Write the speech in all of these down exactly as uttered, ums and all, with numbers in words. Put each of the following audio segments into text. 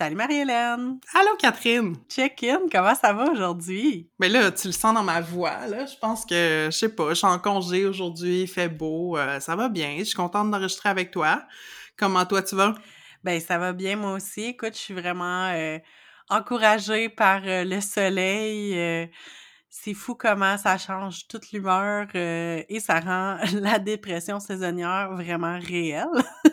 Salut Marie-Hélène! Allô Catherine! Check-in, comment ça va aujourd'hui? Ben là, tu le sens dans ma voix, là. Je pense que, je sais pas, je suis en congé aujourd'hui, il fait beau, euh, ça va bien. Je suis contente d'enregistrer avec toi. Comment toi tu vas? Ben ça va bien moi aussi. Écoute, je suis vraiment euh, encouragée par euh, le soleil. euh, c'est fou comment ça change toute l'humeur euh, et ça rend la dépression saisonnière vraiment réelle.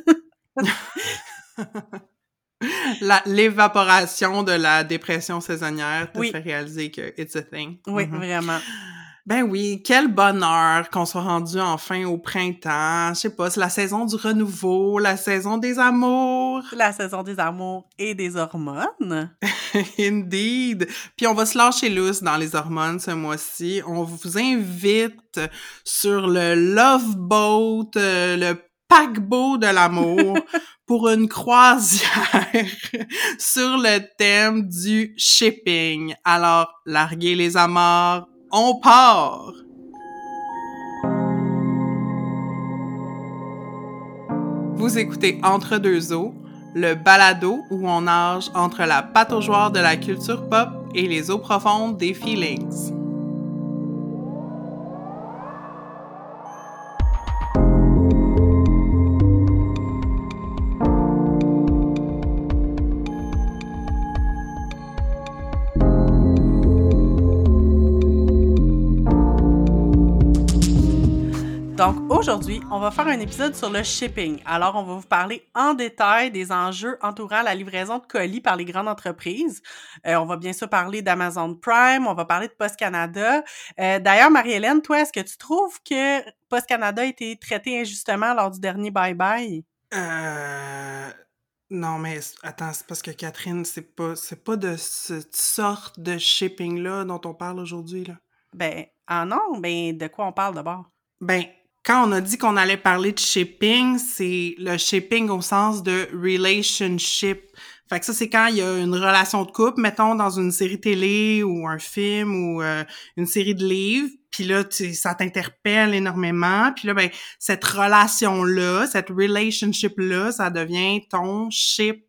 La, l'évaporation de la dépression saisonnière te fait Oui, réaliser que it's a thing. oui, Mhm. vraiment. Ben oui, quel bonheur qu'on soit rendu enfin au printemps. Je sais pas, c'est la saison du renouveau, la saison des amours. C'est la saison des amours et des hormones. Indeed. Puis on va se lâcher lousse dans les hormones ce mois-ci. On vous invite sur le Love Boat, euh, le paquebot de l'amour, pour une croisière sur le thème du shipping. Alors, larguez les amarres, on part! Vous écoutez Entre deux eaux, le balado où on nage entre la pataugeoire de la culture pop et les eaux profondes des feelings. Donc aujourd'hui, on va faire un épisode sur le shipping. Alors, on va vous parler en détail des enjeux entourant la livraison de colis par les grandes entreprises. Euh, on va bien sûr parler d'Amazon Prime, on va parler de Post Canada. Euh, d'ailleurs, Marie-Hélène, toi, est-ce que tu trouves que Post Canada a été traité injustement lors du dernier bye-bye? Euh... Non, mais attends, c'est parce que Catherine, c'est pas, c'est pas de cette sorte de shipping-là dont on parle aujourd'hui, là. Ben, ah non, ben de quoi on parle d'abord? Ben, quand on a dit qu'on allait parler de shipping, c'est le shipping au sens de relationship. Fait que ça, c'est quand il y a une relation de couple, mettons, dans une série télé ou un film ou euh, une série de livres, puis là, tu, ça t'interpelle énormément, puis là, ben, cette relation-là, cette relationship-là, ça devient ton ship.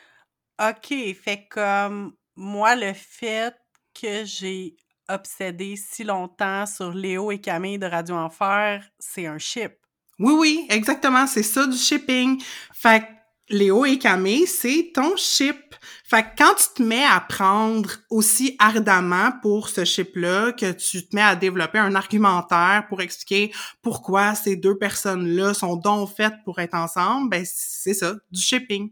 OK, fait comme moi, le fait que j'ai obsédé si longtemps sur Léo et Camille de Radio Enfer, c'est un ship. Oui, oui, exactement, c'est ça du shipping. Fait que Léo et Camille, c'est ton ship. Fait que quand tu te mets à prendre aussi ardemment pour ce ship-là, que tu te mets à développer un argumentaire pour expliquer pourquoi ces deux personnes-là sont donc faites pour être ensemble, ben c'est ça, du shipping.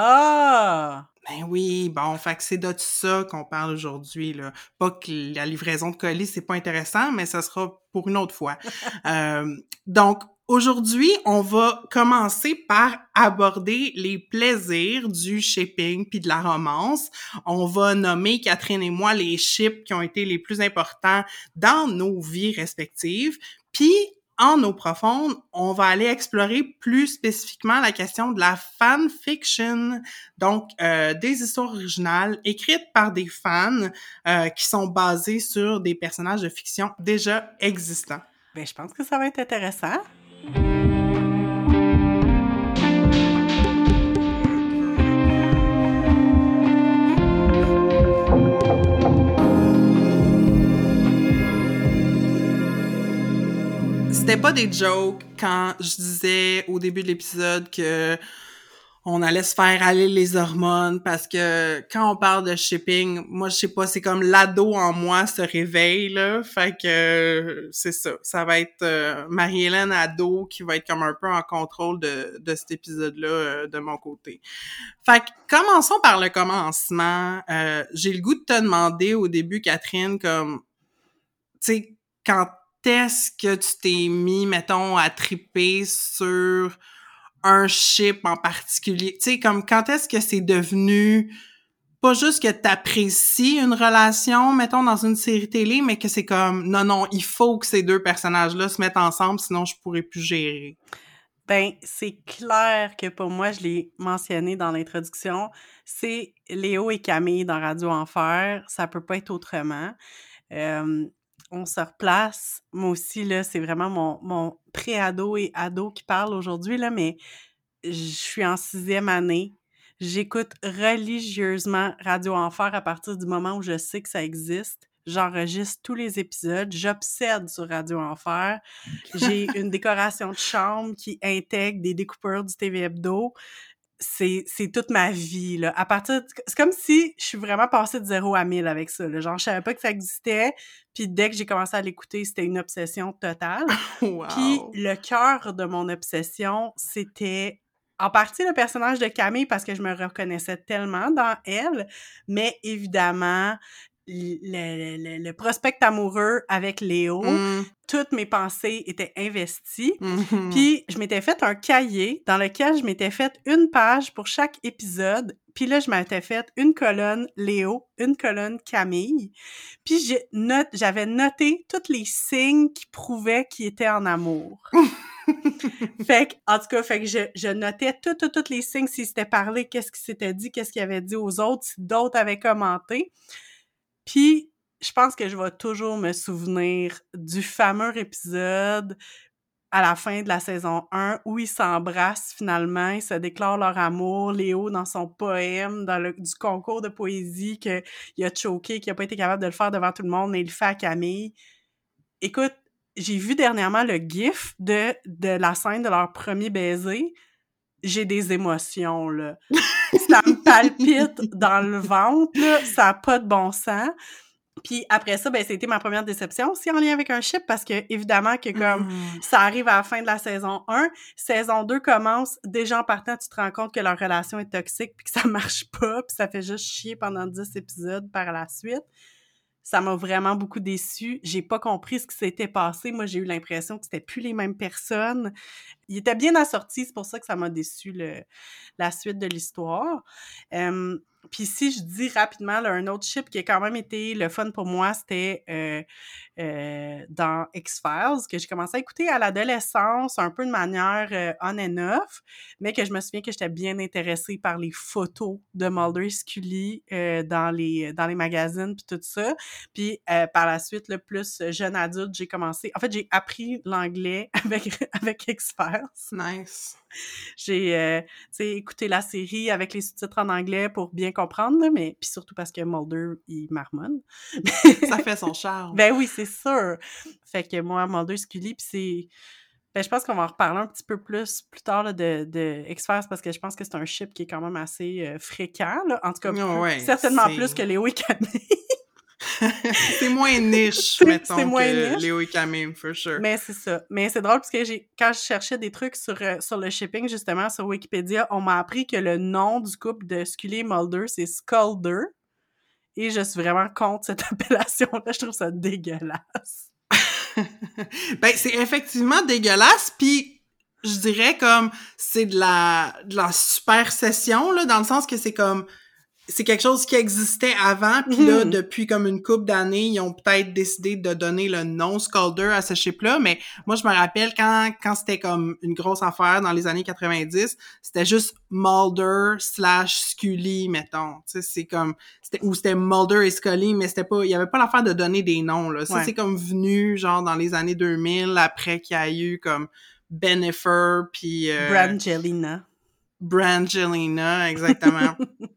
Ah! Ben oui, bon, fait que c'est de ça qu'on parle aujourd'hui, là. Pas que la livraison de colis, c'est pas intéressant, mais ça sera pour une autre fois. Euh, donc, aujourd'hui, on va commencer par aborder les plaisirs du shipping puis de la romance. On va nommer, Catherine et moi, les ships qui ont été les plus importants dans nos vies respectives. Puis, en eau profonde, on va aller explorer plus spécifiquement la question de la fanfiction. Donc, euh, des histoires originales écrites par des fans euh, qui sont basées sur des personnages de fiction déjà existants. Ben, je pense que ça va être intéressant. C'était pas des jokes quand je disais au début de l'épisode que on allait se faire aller les hormones parce que quand on parle de shipping, moi je sais pas, c'est comme l'ado en moi se réveille là, fait que euh, c'est ça, ça va être euh, Marie-Hélène ado qui va être comme un peu en contrôle de de cet épisode-là euh, de mon côté. Fait que commençons par le commencement. Euh, j'ai le goût de te demander au début, Catherine, comme tu sais, quand est-ce que tu t'es mis, mettons, à triper sur un ship en particulier? Tu sais, comme quand est-ce que c'est devenu pas juste que t'apprécies une relation, mettons, dans une série télé, mais que c'est comme, non, non, il faut que ces deux personnages-là se mettent ensemble, sinon je pourrais plus gérer. Ben, c'est clair que pour moi, je l'ai mentionné dans l'introduction, c'est Léo et Camille dans Radio Enfer. Ça peut pas être autrement. Euh, on se replace. Moi aussi, là, c'est vraiment mon, mon pré-ado et ado qui parle aujourd'hui, là, mais je suis en sixième année. J'écoute religieusement Radio Enfer à partir du moment où je sais que ça existe. J'enregistre tous les épisodes, j'obsède sur Radio Enfer. J'ai une décoration de chambre qui intègre des découpeurs du T V Hebdo. C'est, c'est toute ma vie, là. À partir de- c'est comme si je suis vraiment passée de zéro à mille avec ça, là. Genre, je savais pas que ça existait, puis dès que j'ai commencé à l'écouter, c'était une obsession totale. Puis Wow! le cœur de mon obsession, c'était en partie le personnage de Camille parce que je me reconnaissais tellement dans elle, mais évidemment, le, le, le prospect amoureux avec Léo, Mm. toutes mes pensées étaient investies. Mhm. Puis je m'étais fait un cahier dans lequel je m'étais fait une page pour chaque épisode. Puis là, je m'étais fait une colonne Léo, une colonne Camille. Puis j'ai note, j'avais noté tous les signes qui prouvaient qu'ils étaient en amour. Fait que, en tout cas, fait que je, je notais tous, tous, tous les signes, s'ils s'étaient parlé, qu'est-ce qu'ils s'étaient dit, qu'est-ce qu'ils avaient dit aux autres, si d'autres avaient commenté. Puis, je pense que je vais toujours me souvenir du fameux épisode à la fin de la saison un où ils s'embrassent finalement, ils se déclarent leur amour, Léo dans son poème, dans le du concours de poésie qu'il a choqué, qu'il a pas été capable de le faire devant tout le monde, mais il le fait à Camille. Écoute, j'ai vu dernièrement le gif de, de la scène de leur premier baiser. J'ai des émotions, là. Ça me palpite dans le ventre, là. Ça n'a pas de bon sens. Puis après ça, ben, c'était ma première déception aussi en lien avec un ship parce que, évidemment, que comme Mm. ça arrive à la fin de la saison un, saison deux commence, déjà en partant, tu te rends compte que leur relation est toxique puis que ça marche pas puis ça fait juste chier pendant dix épisodes par la suite. Ça m'a vraiment beaucoup déçue. J'ai pas compris ce qui s'était passé. Moi, j'ai eu l'impression que c'était plus les mêmes personnes. Il était bien assorti, c'est pour ça que ça m'a déçu le, la suite de l'histoire. Euh, Puis si je dis rapidement, là, un autre ship qui a quand même été le fun pour moi, c'était euh, euh, dans X-Files, que j'ai commencé à écouter à l'adolescence, un peu de manière euh, on and off, mais que je me souviens que j'étais bien intéressée par les photos de Mulder et Scully euh, dans les dans les magazines puis tout ça. Puis euh, par la suite, le plus jeune adulte, j'ai commencé... En fait, j'ai appris l'anglais avec, avec X-Files. Nice. J'ai euh, tu sais, écouté la série avec les sous-titres en anglais pour bien comprendre, là, mais puis surtout parce que Mulder, il marmonne. Ça fait son charme. Ben oui, c'est sûr. Fait que moi, Mulder, Scully, puis c'est... Ben, je pense qu'on va en reparler un petit peu plus plus tard là, de, de X-Files parce que je pense que c'est un ship qui est quand même assez euh, fréquent, là. En tout cas, plus, Ouais, certainement c'est... plus que Léo et Camille. c'est moins niche, C'est- mettons, c'est moins que niche. Léo et Camille, for sure. Mais c'est ça. Mais c'est drôle parce que j'ai, quand je cherchais des trucs sur, euh, sur le shipping, justement, sur Wikipédia, on m'a appris que le nom du couple de Scully et Mulder, c'est Sculder. Et je suis vraiment contre cette appellation-là. Je trouve ça dégueulasse. Ben, c'est effectivement dégueulasse, puis je dirais comme c'est de la de la supersession, là, dans le sens que c'est comme c'est quelque chose qui existait avant, puis là, Mhm. depuis comme une couple d'années, ils ont peut-être décidé de donner le nom Sculder à ce chip-là, mais moi, je me rappelle quand quand c'était comme une grosse affaire dans les années quatre-vingt-dix, c'était juste Mulder slash Scully, mettons. Tu sais, c'est comme... c'était ou c'était Mulder et Scully, mais c'était pas... il y avait pas l'affaire de donner des noms, là. Ça, Ouais. c'est comme venu, genre, dans les années deux mille, après qu'il y a eu comme Bennifer, puis... Euh, Brangelina. Brangelina, exactement.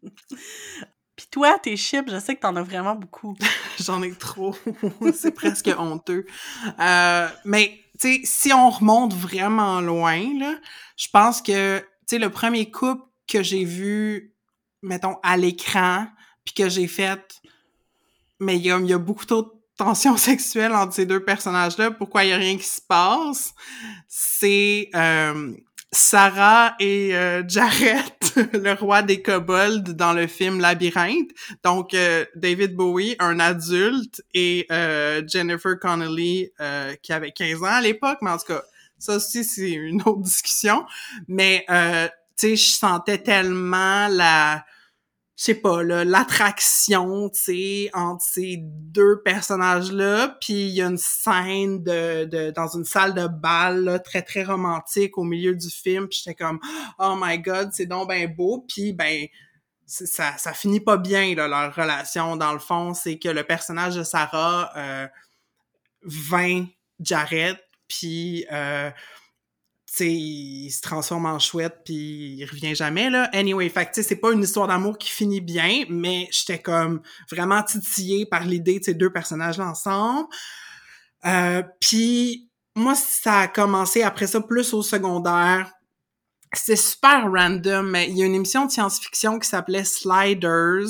Puis toi, tes chips, je sais que t'en as vraiment beaucoup. J'en ai trop. C'est presque honteux. Euh, mais, tu sais, si on remonte vraiment loin, là, je pense que, tu sais, le premier couple que j'ai vu, mettons, à l'écran, puis que j'ai fait, mais il y a, il y a beaucoup trop de tensions sexuelles entre ces deux personnages-là, pourquoi il y a rien qui se passe, c'est... Euh, Sarah et euh, Jared, le roi des kobolds dans le film Labyrinthe. Donc, euh, David Bowie, un adulte, et euh, Jennifer Connelly, euh, qui avait quinze ans à l'époque, mais en tout cas, ça aussi, c'est une autre discussion. Mais, euh, tu sais, je sentais tellement la... je sais pas, là, l'attraction, tu sais, entre ces deux personnages-là, puis il y a une scène de, de dans une salle de bal, là, très, très romantique au milieu du film, puis j'étais comme « Oh my God, c'est donc ben beau », puis ben, ça, ça finit pas bien, là, leur relation, dans le fond, c'est que le personnage de Sarah euh, vainc Jared, puis... Euh, tu sais, il se transforme en chouette puis il revient jamais, là. Anyway, fait que, tu sais, c'est pas une histoire d'amour qui finit bien, mais j'étais comme vraiment titillée par l'idée de ces deux personnages-là ensemble. Euh, puis moi, ça a commencé après ça plus au secondaire. C'était super random, mais il y a une émission de science-fiction qui s'appelait Sliders,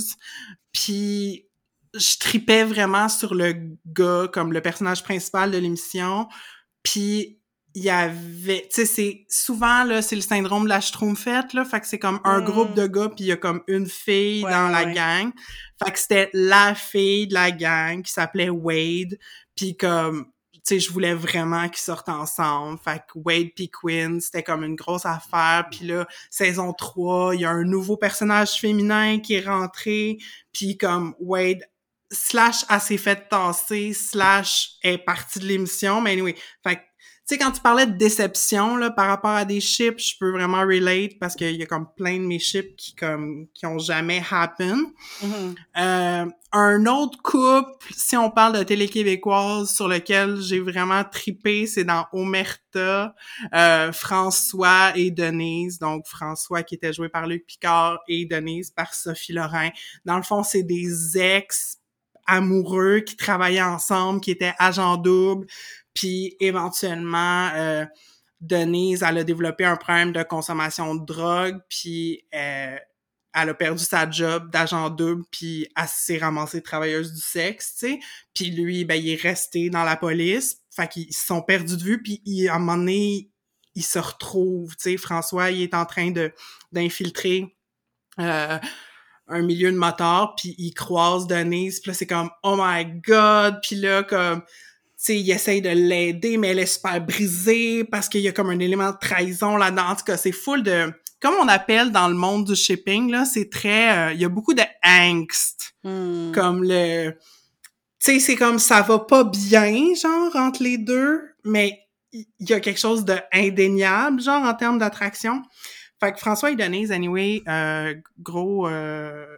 puis je tripais vraiment sur le gars comme le personnage principal de l'émission, puis il y avait, tu sais, c'est souvent là, c'est le syndrome de la Schtroumpfette là, fait que c'est comme un Mm. groupe de gars puis il y a comme une fille Ouais, dans ouais, la ouais. gang, fait que c'était la fille de la gang qui s'appelait Wade, puis comme tu sais, je voulais vraiment qu'ils sortent ensemble. Fait que Wade pis Quinn, c'était comme une grosse affaire. Puis là, saison trois, il y a un nouveau personnage féminin qui est rentré. Puis comme Wade, slash, elle s'est fait tasser, slash, est partie de l'émission. Mais anyway, fait que tu sais, quand tu parlais de déception, là, par rapport à des ships, je peux vraiment relate parce qu'il y a comme plein de mes ships qui, comme, qui ont jamais happen. Mm-hmm. Euh, un autre couple, si on parle de télé québécoise, sur lequel j'ai vraiment tripé, c'est dans Omerta, euh, François et Denise. Donc, François qui était joué par Luc Picard et Denise par Sophie Lorrain. Dans le fond, c'est des ex amoureux qui travaillaient ensemble, qui étaient agents doubles. Puis éventuellement, euh, Denise, elle a développé un problème de consommation de drogue, puis euh, elle a perdu sa job d'agent double, puis elle s'est ramassée travailleuse du sexe, tu sais. Puis lui, ben, il est resté dans la police, fait qu'ils se sont perdus de vue, puis il, à un moment donné, il se retrouve, tu sais. François, il est en train de d'infiltrer euh, un milieu de motards, puis il croise Denise, puis là, c'est comme « Oh my God! » Puis là, comme... tu sais, il essaye de l'aider, mais elle est super brisée parce qu'il y a comme un élément de trahison là-dedans. En tout cas, c'est full de... Comme on appelle dans le monde du shipping, là, c'est très... Euh, il y a beaucoup de angst. Mm. Comme le... Tu sais, c'est comme ça va pas bien, genre, entre les deux, mais il y a quelque chose de indéniable, genre, en termes d'attraction. Fait que François et Denise, anyway, euh, gros... Euh,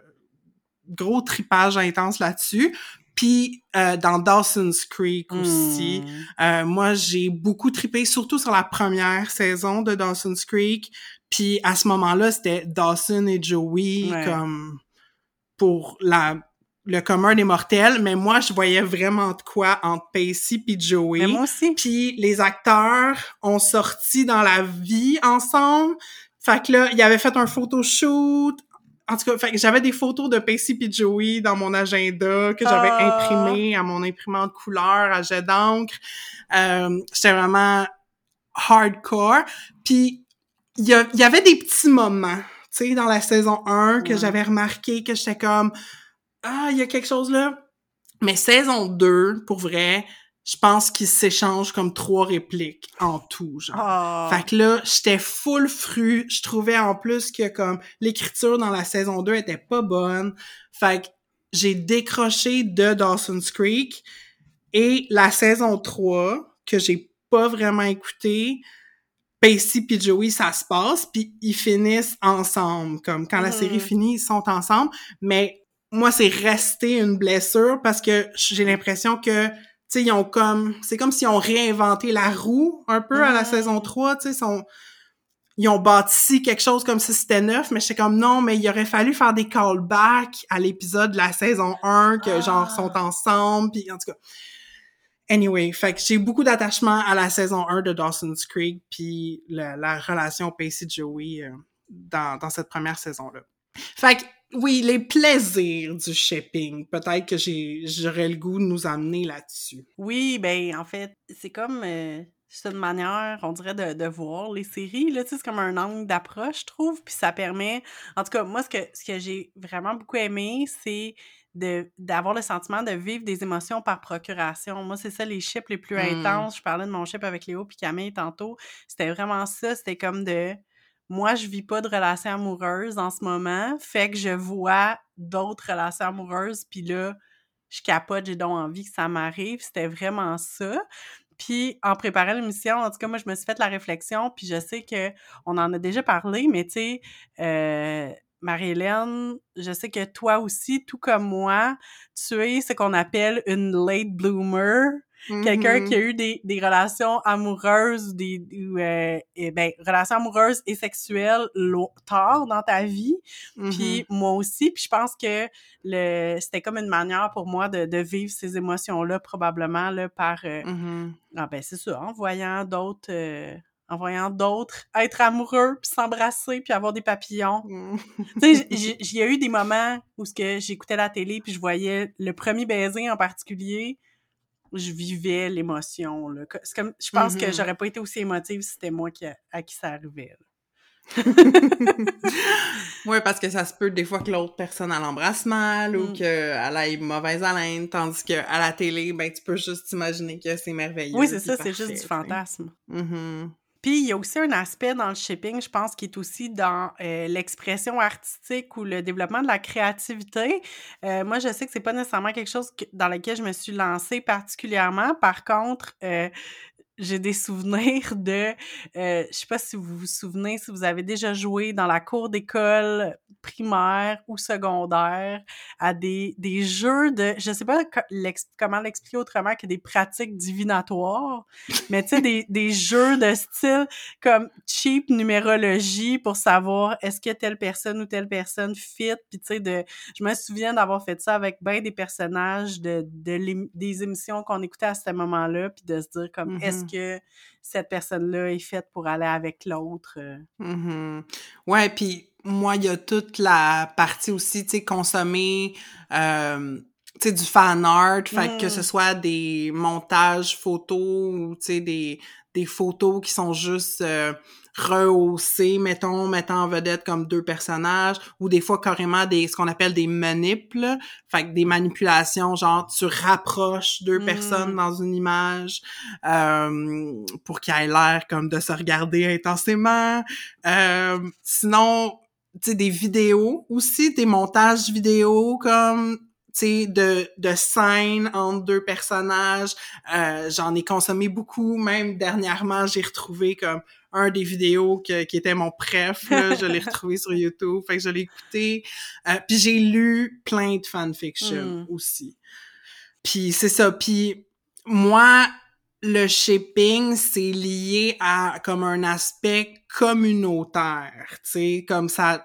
gros tripage intense là-dessus. Puis euh, dans Dawson's Creek aussi, Mm. euh, moi j'ai beaucoup trippé, surtout sur la première saison de Dawson's Creek. Puis à ce moment-là, c'était Dawson et Joey Ouais. comme pour la le commun des mortels, mais moi je voyais vraiment de quoi entre Pacey puis Joey. Mais moi aussi. Puis les acteurs ont sorti dans la vie ensemble. Fait que là, ils avaient fait un photoshoot. En tout cas, fait que j'avais des photos de Pacey puis Joey dans mon agenda que j'avais Ah. imprimé à mon imprimante couleur à jet d'encre. Euh, j'étais vraiment hardcore. Puis il y, y avait des petits moments, tu sais, dans la saison un que Ouais. j'avais remarqué que j'étais comme « Ah, il y a quelque chose là. » Mais saison deux, pour vrai, je pense qu'ils s'échangent comme trois répliques en tout, genre. Ah. Fait que là, j'étais full fru. Je trouvais en plus que comme l'écriture dans la saison deux était pas bonne. Fait que j'ai décroché de Dawson's Creek. Et la saison trois, que j'ai pas vraiment écouté, Pacey pis Joey, ça se passe, puis ils finissent ensemble. Comme quand mm-hmm. la série finit, ils sont ensemble. Mais moi, c'est resté une blessure parce que j'ai l'impression que tu sais, ils ont comme... C'est comme s'ils ont réinventé la roue un peu mmh. à la saison trois, tu sais, sont... Ils ont bâti quelque chose comme si c'était neuf, mais j'étais comme, non, mais il aurait fallu faire des callbacks à l'épisode de la saison un, que ah. genre, sont ensemble, puis en tout cas... Anyway, fait que j'ai beaucoup d'attachement à la saison un de Dawson's Creek, puis la, la relation Pacey-Joey euh, dans, dans cette première saison-là. Fait que oui, les plaisirs du shipping. Peut-être que j'ai, j'aurais le goût de nous amener là-dessus. Oui, ben en fait, c'est comme euh, c'est une manière, on dirait, de, de voir les séries. Là, tu sais, c'est comme un angle d'approche, je trouve. Puis ça permet. En tout cas, moi, ce que ce que j'ai vraiment beaucoup aimé, c'est de d'avoir le sentiment de vivre des émotions par procuration. Moi, c'est ça, les ships les plus mm. intenses. Je parlais de mon ship avec Léo puis Camille tantôt. C'était vraiment ça. C'était comme de. Moi, je vis pas de relation amoureuse en ce moment, fait que je vois d'autres relations amoureuses, puis là, je capote, j'ai donc envie que ça m'arrive. C'était vraiment ça. Puis, en préparant l'émission, en tout cas, moi, je me suis fait la réflexion, puis je sais qu'on en a déjà parlé, mais tu sais, euh, Marie-Hélène, je sais que toi aussi, tout comme moi, tu es ce qu'on appelle une late bloomer. quelqu'un qui a Mhm. eu des, des relations amoureuses, des, ou, euh, eh ben, relations amoureuses et sexuelles lo- tard dans ta vie, puis Mhm. moi aussi, puis je pense que le c'était comme une manière pour moi de, de vivre ces émotions-là, probablement, là, par... euh, Mhm. ah ben c'est ça, en voyant d'autres... euh, en voyant d'autres être amoureux, puis s'embrasser, puis avoir des papillons. Mhm. Tu sais, j- j- il y a eu des moments où ce que j'écoutais la télé puis je voyais le premier baiser en particulier, je vivais l'émotion, là. Que- C'est comme, je pense que Mhm. j'aurais pas été aussi émotive si c'était moi qui, a- à qui ça arrivait, là. Ouais, parce que ça se peut des fois que l'autre personne elle l'embrasse mal ou Mm. qu'elle a une mauvaise haleine, tandis que à la télé, ben tu peux juste imaginer que c'est Oui, merveilleux c'est puis ça, c'est juste du parfait, tu sais. fantasme. Mhm. Puis il y a aussi un aspect dans le shipping, je pense, qui est aussi dans euh, l'expression artistique ou le développement de la créativité. Euh, moi, je sais que c'est pas nécessairement quelque chose que- dans lequel je me suis lancée particulièrement. Par contre, euh, j'ai des souvenirs de, euh, je sais pas si vous vous souvenez, si vous avez déjà joué dans la cour d'école primaire ou secondaire à des, des jeux de, je sais pas co- l'ex- comment l'expliquer autrement que des pratiques divinatoires, mais tu sais, des, des jeux de style comme cheap numérologie pour savoir est-ce que telle personne ou telle personne fit, puis tu sais, de, je me souviens d'avoir fait ça avec ben des personnages de, de l'ém- des émissions qu'on écoutait à ce moment-là, puis de se dire comme, est-ce Mhm. que cette personne-là est faite pour aller avec l'autre? euh? Mhm. Ouais, puis moi, il y a toute la partie aussi, tu sais, consommer, euh, tu sais, du fan art, fait que ce Mm. soit des montages photos ou, tu sais, des, des photos qui sont juste euh, rehaussées, mettons, mettant en vedette comme deux personnages, ou des fois carrément des ce qu'on appelle des manips, là. Fait que des manipulations, genre tu rapproches deux personnes Mm. dans une image euh, pour qu'ils aient l'air comme de se regarder intensément. Euh, sinon, tu sais, des vidéos aussi, des montages vidéo comme, tu sais, de, de scènes entre deux personnages. Euh, j'en ai consommé beaucoup, même dernièrement, j'ai retrouvé comme un des vidéos que, qui était mon préf, là, je l'ai retrouvé sur YouTube, fait que je l'ai écouté. Euh, puis j'ai lu plein de fanfiction Mm. aussi. Puis c'est ça, puis moi, le shipping, c'est lié à comme un aspect communautaire, tu sais, comme ça,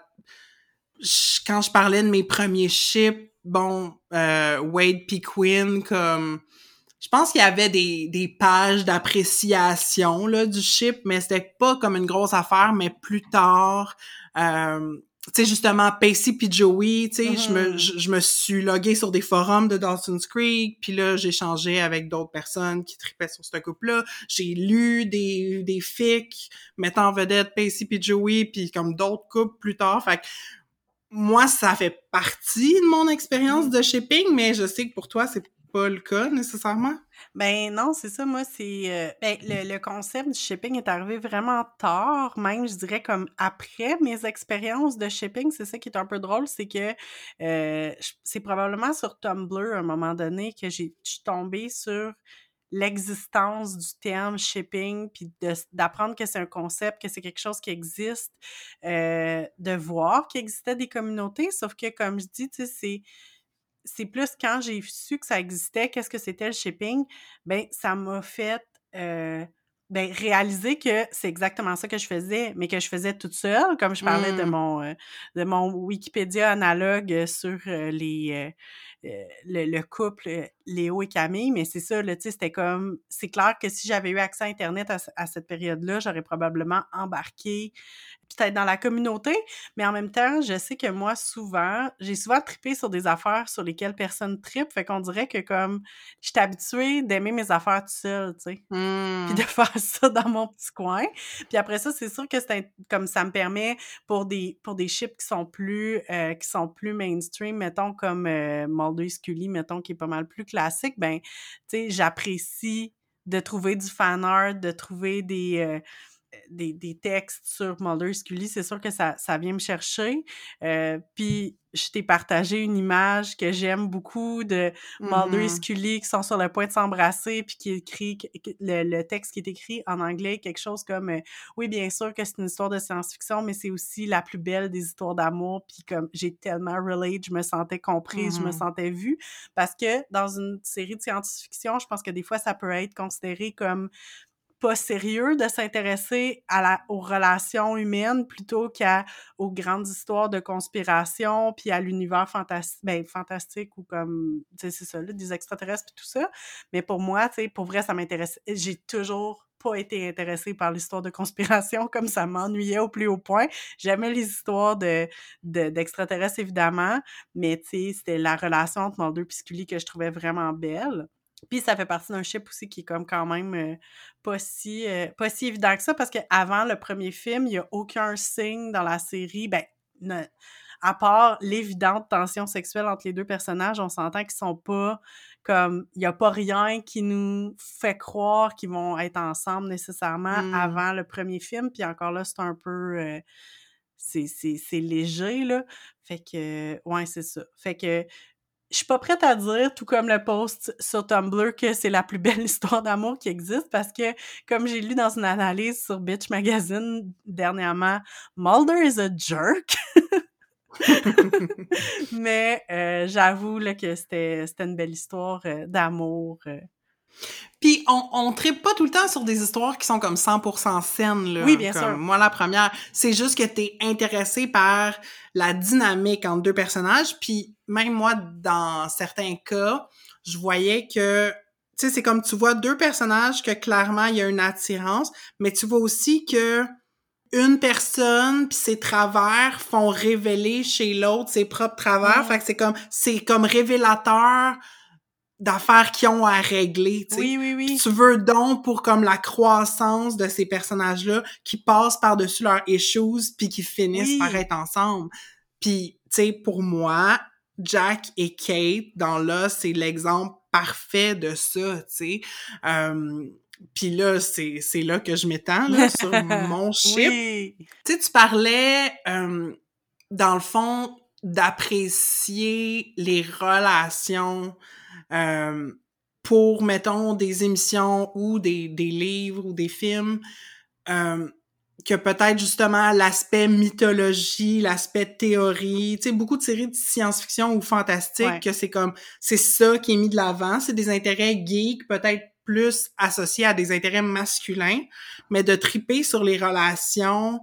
je- quand je parlais de mes premiers ships, bon, euh, Wade puis Quinn, comme, je pense qu'il y avait des, des pages d'appréciation, là, du ship, mais c'était pas comme une grosse affaire, mais plus tard, euh, tu sais, justement, Pacey puis Joey, tu sais, je me, Mhm. je, je me suis loguée sur des forums de Dawson's Creek, puis là, j'ai changé avec d'autres personnes qui tripaient sur ce couple-là. J'ai lu des, des fics mettant en vedette Pacey puis Joey, puis comme d'autres couples plus tard. Fait que moi, ça fait partie de mon expérience Mm. de shipping, mais je sais que pour toi, c'est pas le cas nécessairement. Ben non, c'est ça, moi, c'est... euh, ben, le, le concept du shipping est arrivé vraiment tard, même, je dirais, comme après mes expériences de shipping. C'est ça qui est un peu drôle, c'est que euh, je- c'est probablement sur Tumblr, à un moment donné, que j'ai je suis tombée sur l'existence du terme shipping, puis de- d'apprendre que c'est un concept, que c'est quelque chose qui existe, euh, de voir qu'il existait des communautés, sauf que, comme je dis, tu sais, c'est c'est plus quand j'ai su que ça existait, qu'est-ce que c'était le shipping, ben ça m'a fait euh, ben, réaliser que c'est exactement ça que je faisais, mais que je faisais toute seule, comme je parlais de Hmm. mon euh, de mon Wikipédia analogue sur euh, les euh, euh, le, le couple euh, Léo et Camille, mais c'est ça, là, tu sais, c'était comme, c'est clair que si j'avais eu accès à Internet à, ce- à cette période-là, j'aurais probablement embarqué peut-être dans la communauté, mais en même temps, je sais que moi, souvent, j'ai souvent trippé sur des affaires sur lesquelles personne trippe, fait qu'on dirait que comme, je suis habituée d'aimer mes affaires tout seul, tu sais, puis de Hmm. faire ça dans mon petit coin. Puis après ça, c'est sûr que c'est un- comme ça me permet pour des pour des ships qui sont plus euh, qui sont plus mainstream, mettons comme euh, Mulder et Scully, mettons qui est pas mal plus classique, ben tu sais, j'apprécie de trouver du fan art, de trouver des euh, des, des textes sur Mulder et Scully, c'est sûr que ça, ça vient me chercher. Euh, puis je t'ai partagé une image que j'aime beaucoup de Mulder et Mm-hmm. Scully qui sont sur le point de s'embrasser, puis qui écrit le, le texte qui est écrit en anglais, quelque chose comme euh, oui, bien sûr que c'est une histoire de science-fiction, mais c'est aussi la plus belle des histoires d'amour. Puis comme j'ai tellement relate, je me sentais comprise, mm-hmm. je me sentais vue, parce que dans une série de science-fiction, je pense que des fois ça peut être considéré comme pas sérieux de s'intéresser à la, aux relations humaines plutôt qu'aux grandes histoires de conspiration, puis à l'univers fantastique, ben, fantastique ou comme, tu sais, c'est ça, là, des extraterrestres puis tout ça. Mais pour moi, tu sais, pour vrai, ça m'intéresse. J'ai toujours pas été intéressée par l'histoire de conspiration, comme ça m'ennuyait au plus haut point. J'aimais les histoires de, de, d'extraterrestres, évidemment, mais tu sais, c'était la relation entre Mulder et Scully que je trouvais vraiment belle. Puis ça fait partie d'un ship aussi qui est comme quand même euh, pas si euh, pas si évident que ça, parce qu'avant le premier film, il n'y a aucun signe dans la série, ben, ne, à part l'évidente tension sexuelle entre les deux personnages, on s'entend qu'ils sont pas comme, il n'y a pas rien qui nous fait croire qu'ils vont être ensemble nécessairement mm. avant le premier film, puis encore là, c'est un peu... Euh, c'est, c'est, c'est léger, là. Fait que, ouais, c'est ça. Fait que je suis pas prête à dire, tout comme le post sur Tumblr, que c'est la plus belle histoire d'amour qui existe, parce que, comme j'ai lu dans une analyse sur Bitch Magazine dernièrement, Mulder is a jerk. Mais euh, j'avoue là, que c'était, c'était une belle histoire euh, d'amour. Euh. Puis on, on trippe pas tout le temps sur des histoires qui sont comme cent pour cent saines, là. Oui, bien comme sûr. Moi, la première, c'est juste que t'es intéressé par la dynamique entre deux personnages, puis même moi, dans certains cas, je voyais que, tu sais, c'est comme tu vois deux personnages que clairement, il y a une attirance, mais tu vois aussi que une personne pis ses travers font révéler chez l'autre ses propres travers, mmh. fait que c'est comme, c'est comme révélateur d'affaires qu'ils ont à régler, tu sais. Oui, oui, oui. Tu veux donc pour comme la croissance de ces personnages-là qui passent par-dessus leurs issues puis qui finissent oui. par être ensemble. Puis, tu sais, pour moi, Jack et Kate, dans là, c'est l'exemple parfait de ça, tu sais. Euh, puis là, c'est, c'est là que je m'étends, là, sur mon ship. Oui. Tu sais, tu parlais, euh, dans le fond, d'apprécier les relations Euh, pour, mettons, des émissions ou des, des livres ou des films, euh, que peut-être justement l'aspect mythologie, l'aspect théorie, tu sais, beaucoup de séries de science-fiction ou fantastique, ouais. que c'est comme, c'est ça qui est mis de l'avant, c'est des intérêts geeks, peut-être plus associés à des intérêts masculins, mais de triper sur les relations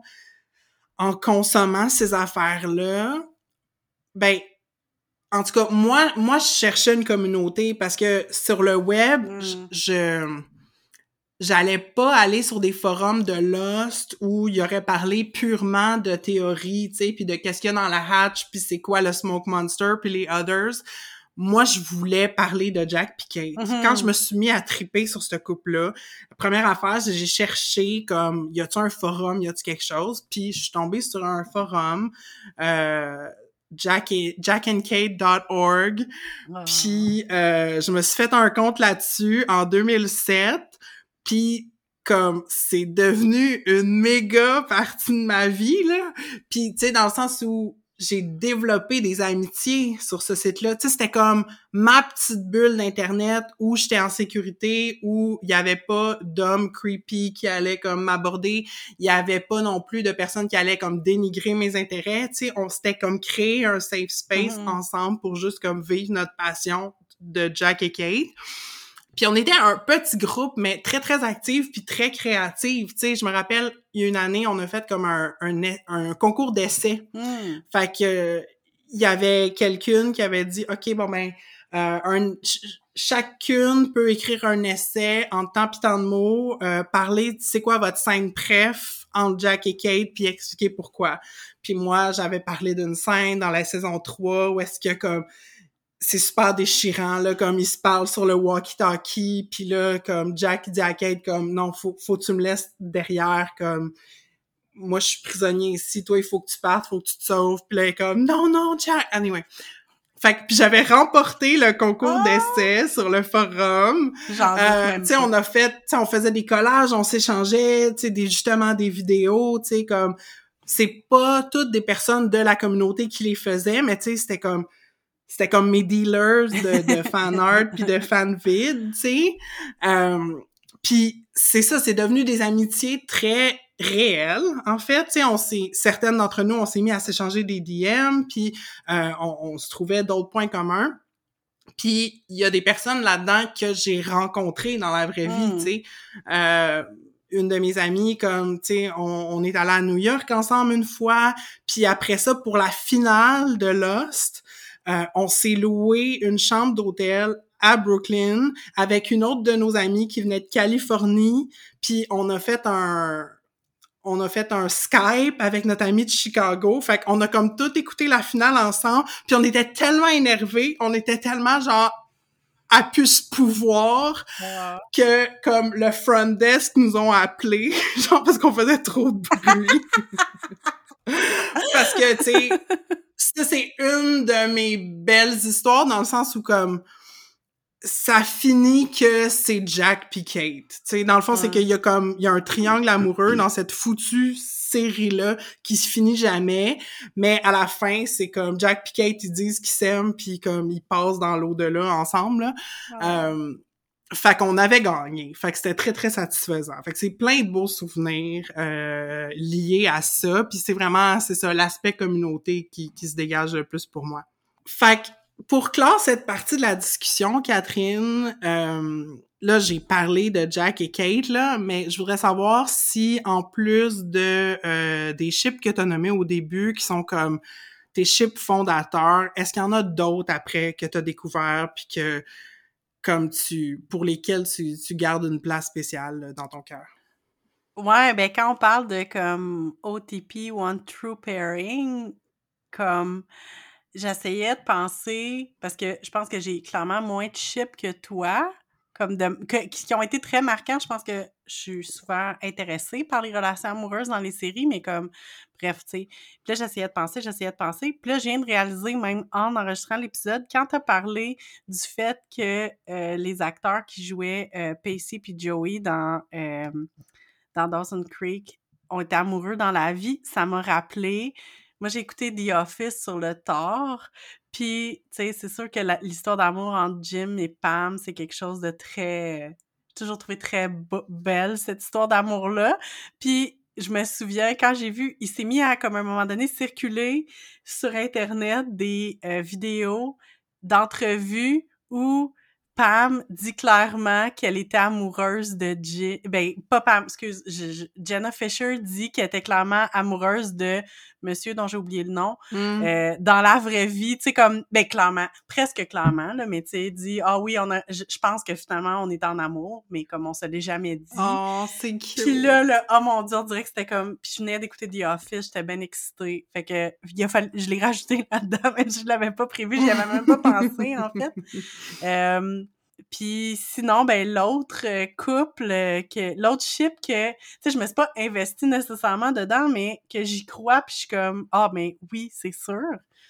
en consommant ces affaires-là, ben, en tout cas, moi, moi, je cherchais une communauté parce que sur le web, mm. je, je j'allais pas aller sur des forums de Lost où il y aurait parlé purement de théorie, tu sais, puis de qu'est-ce qu'il y a dans la hatch, puis c'est quoi le Smoke Monster, puis les others. Moi, je voulais parler de Jack pis Kate. Mm-hmm. Quand je me suis mis à triper sur ce couple-là, la première affaire, j'ai cherché comme, y a-tu un forum, y a-tu quelque chose? Puis je suis tombée sur un forum, euh, Jack et, jack and kate dot org. Oh. Puis euh, je me suis fait un compte là-dessus en deux mille sept. Puis comme c'est devenu une méga partie de ma vie, là. Puis tu sais, dans le sens où j'ai développé des amitiés sur ce site-là. Tu sais, c'était comme ma petite bulle d'Internet où j'étais en sécurité, où il y avait pas d'hommes creepy qui allaient comme m'aborder. Il y avait pas non plus de personnes qui allaient comme dénigrer mes intérêts. Tu sais, on s'était comme créé un safe space mm-hmm. ensemble pour juste comme vivre notre passion de Jack et Kate. Puis on était un petit groupe, mais très, très actif puis très créatif. Tu sais, je me rappelle, il y a une année, on a fait comme un, un, un concours d'essais. Mm. Fait que il y avait quelqu'une qui avait dit, OK, bon ben, euh, un, ch- chacune peut écrire un essai en tant pis tant de mots, euh, parler, c'est quoi votre scène préf entre Jack et Kate, puis expliquer pourquoi. Puis moi, j'avais parlé d'une scène dans la saison trois où est-ce que comme c'est super déchirant, là, comme ils se parlent sur le walkie-talkie, puis là, comme Jack dit à Kate, comme, non, faut, faut que tu me laisses derrière, comme, moi, je suis prisonnier ici, toi, il faut que tu partes, faut que tu te sauves, puis là, comme, non, non, Jack, anyway. Fait que puis j'avais remporté le concours Ah! d'essai sur le forum. J'en doute Euh, même tu sais, pas. on a fait, tu sais, on faisait des collages, on s'échangeait, tu sais, des justement des vidéos, tu sais, comme c'est pas toutes des personnes de la communauté qui les faisaient, mais tu sais, c'était comme c'était comme mes dealers de, de fan art puis de fan vid, tu sais. Euh, puis c'est ça, c'est devenu des amitiés très réelles. En fait, tu sais, on s'est certaines d'entre nous, on s'est mis à s'échanger des D M, puis euh, on, on se trouvait d'autres points communs. Puis il y a des personnes là-dedans que j'ai rencontrées dans la vraie vie, Mm. tu sais. Euh, une de mes amies, comme, tu sais, on, on est allé à New York ensemble une fois, puis après ça, pour la finale de Lost, euh, on s'est loué une chambre d'hôtel à Brooklyn avec une autre de nos amies qui venait de Californie, puis on a fait un... on a fait un Skype avec notre ami de Chicago. Fait qu'on a comme tout écouté la finale ensemble. Puis on était tellement énervés, on était tellement genre à plus pouvoir Wow. que comme le front desk nous ont appelés, genre parce qu'on faisait trop de bruit. Parce que, tu sais, ça c'est une de mes belles histoires dans le sens où comme ça finit que c'est Jack pis Kate. Tu sais, dans le fond, Mm. c'est qu'il y a comme, il y a un triangle amoureux dans cette foutue série-là qui se finit jamais, mais à la fin, c'est comme Jack pis Kate, ils disent qu'ils s'aiment pis comme ils passent dans l'au-delà ensemble, là. Oh. Euh, fait qu'on avait gagné. Fait que c'était très, très satisfaisant. Fait que c'est plein de beaux souvenirs euh, liés à ça, puis c'est vraiment, c'est ça, l'aspect communauté qui, qui se dégage le plus pour moi. Fait que pour clore cette partie de la discussion, Catherine, euh, là, j'ai parlé de Jack et Kate, là, mais je voudrais savoir si, en plus de euh, des ships que tu as nommés au début, qui sont comme tes ships fondateurs, est-ce qu'il y en a d'autres après que tu as découvert, puis que, comme tu, pour lesquels tu, tu gardes une place spéciale là, dans ton cœur? Ouais, ben quand on parle de comme O T P, One True Pairing, comme j'essayais de penser, parce que je pense que j'ai clairement moins de chips que toi, comme de, que, qui ont été très marquants. Je pense que je suis souvent intéressée par les relations amoureuses dans les séries, mais comme, bref, tu sais. Puis là, j'essayais de penser, j'essayais de penser. Puis là, je viens de réaliser, même en enregistrant l'épisode, quand t'as parlé du fait que euh, les acteurs qui jouaient euh, Pacey puis Joey dans, euh, dans Dawson Creek ont été amoureux dans la vie, ça m'a rappelé... Moi, j'ai écouté The Office sur le tard, puis, tu sais, c'est sûr que la, l'histoire d'amour entre Jim et Pam, c'est quelque chose de très... J'ai toujours trouvé très be- belle, cette histoire d'amour-là. Puis, je me souviens, quand j'ai vu, il s'est mis à, comme à un moment donné, circuler sur Internet des euh, vidéos d'entrevues où Pam dit clairement qu'elle était amoureuse de Jim. Ben, pas Pam, excuse, je, je, Jenna Fisher dit qu'elle était clairement amoureuse de monsieur dont j'ai oublié le nom. Mm. Euh, dans la vraie vie, tu sais, comme, ben, clairement, presque clairement, là, mais tu sais, dit, ah oui, on a, je, je pense que finalement, on est en amour, mais comme on se l'est jamais dit. Oh, c'est cute! Puis là, là, oh mon Dieu, on dirait que c'était comme, puis je venais d'écouter The Office, j'étais bien excitée. Fait que, il a fallu, je l'ai rajouté là-dedans, mais je l'avais pas prévu, j'y avais même pas pensé, en fait. Euh, puis sinon, ben l'autre euh, couple, euh, que l'autre ship que, tu sais, je me suis pas investie nécessairement dedans, mais que j'y crois, puis je suis comme, ah, oh, ben oui, c'est sûr.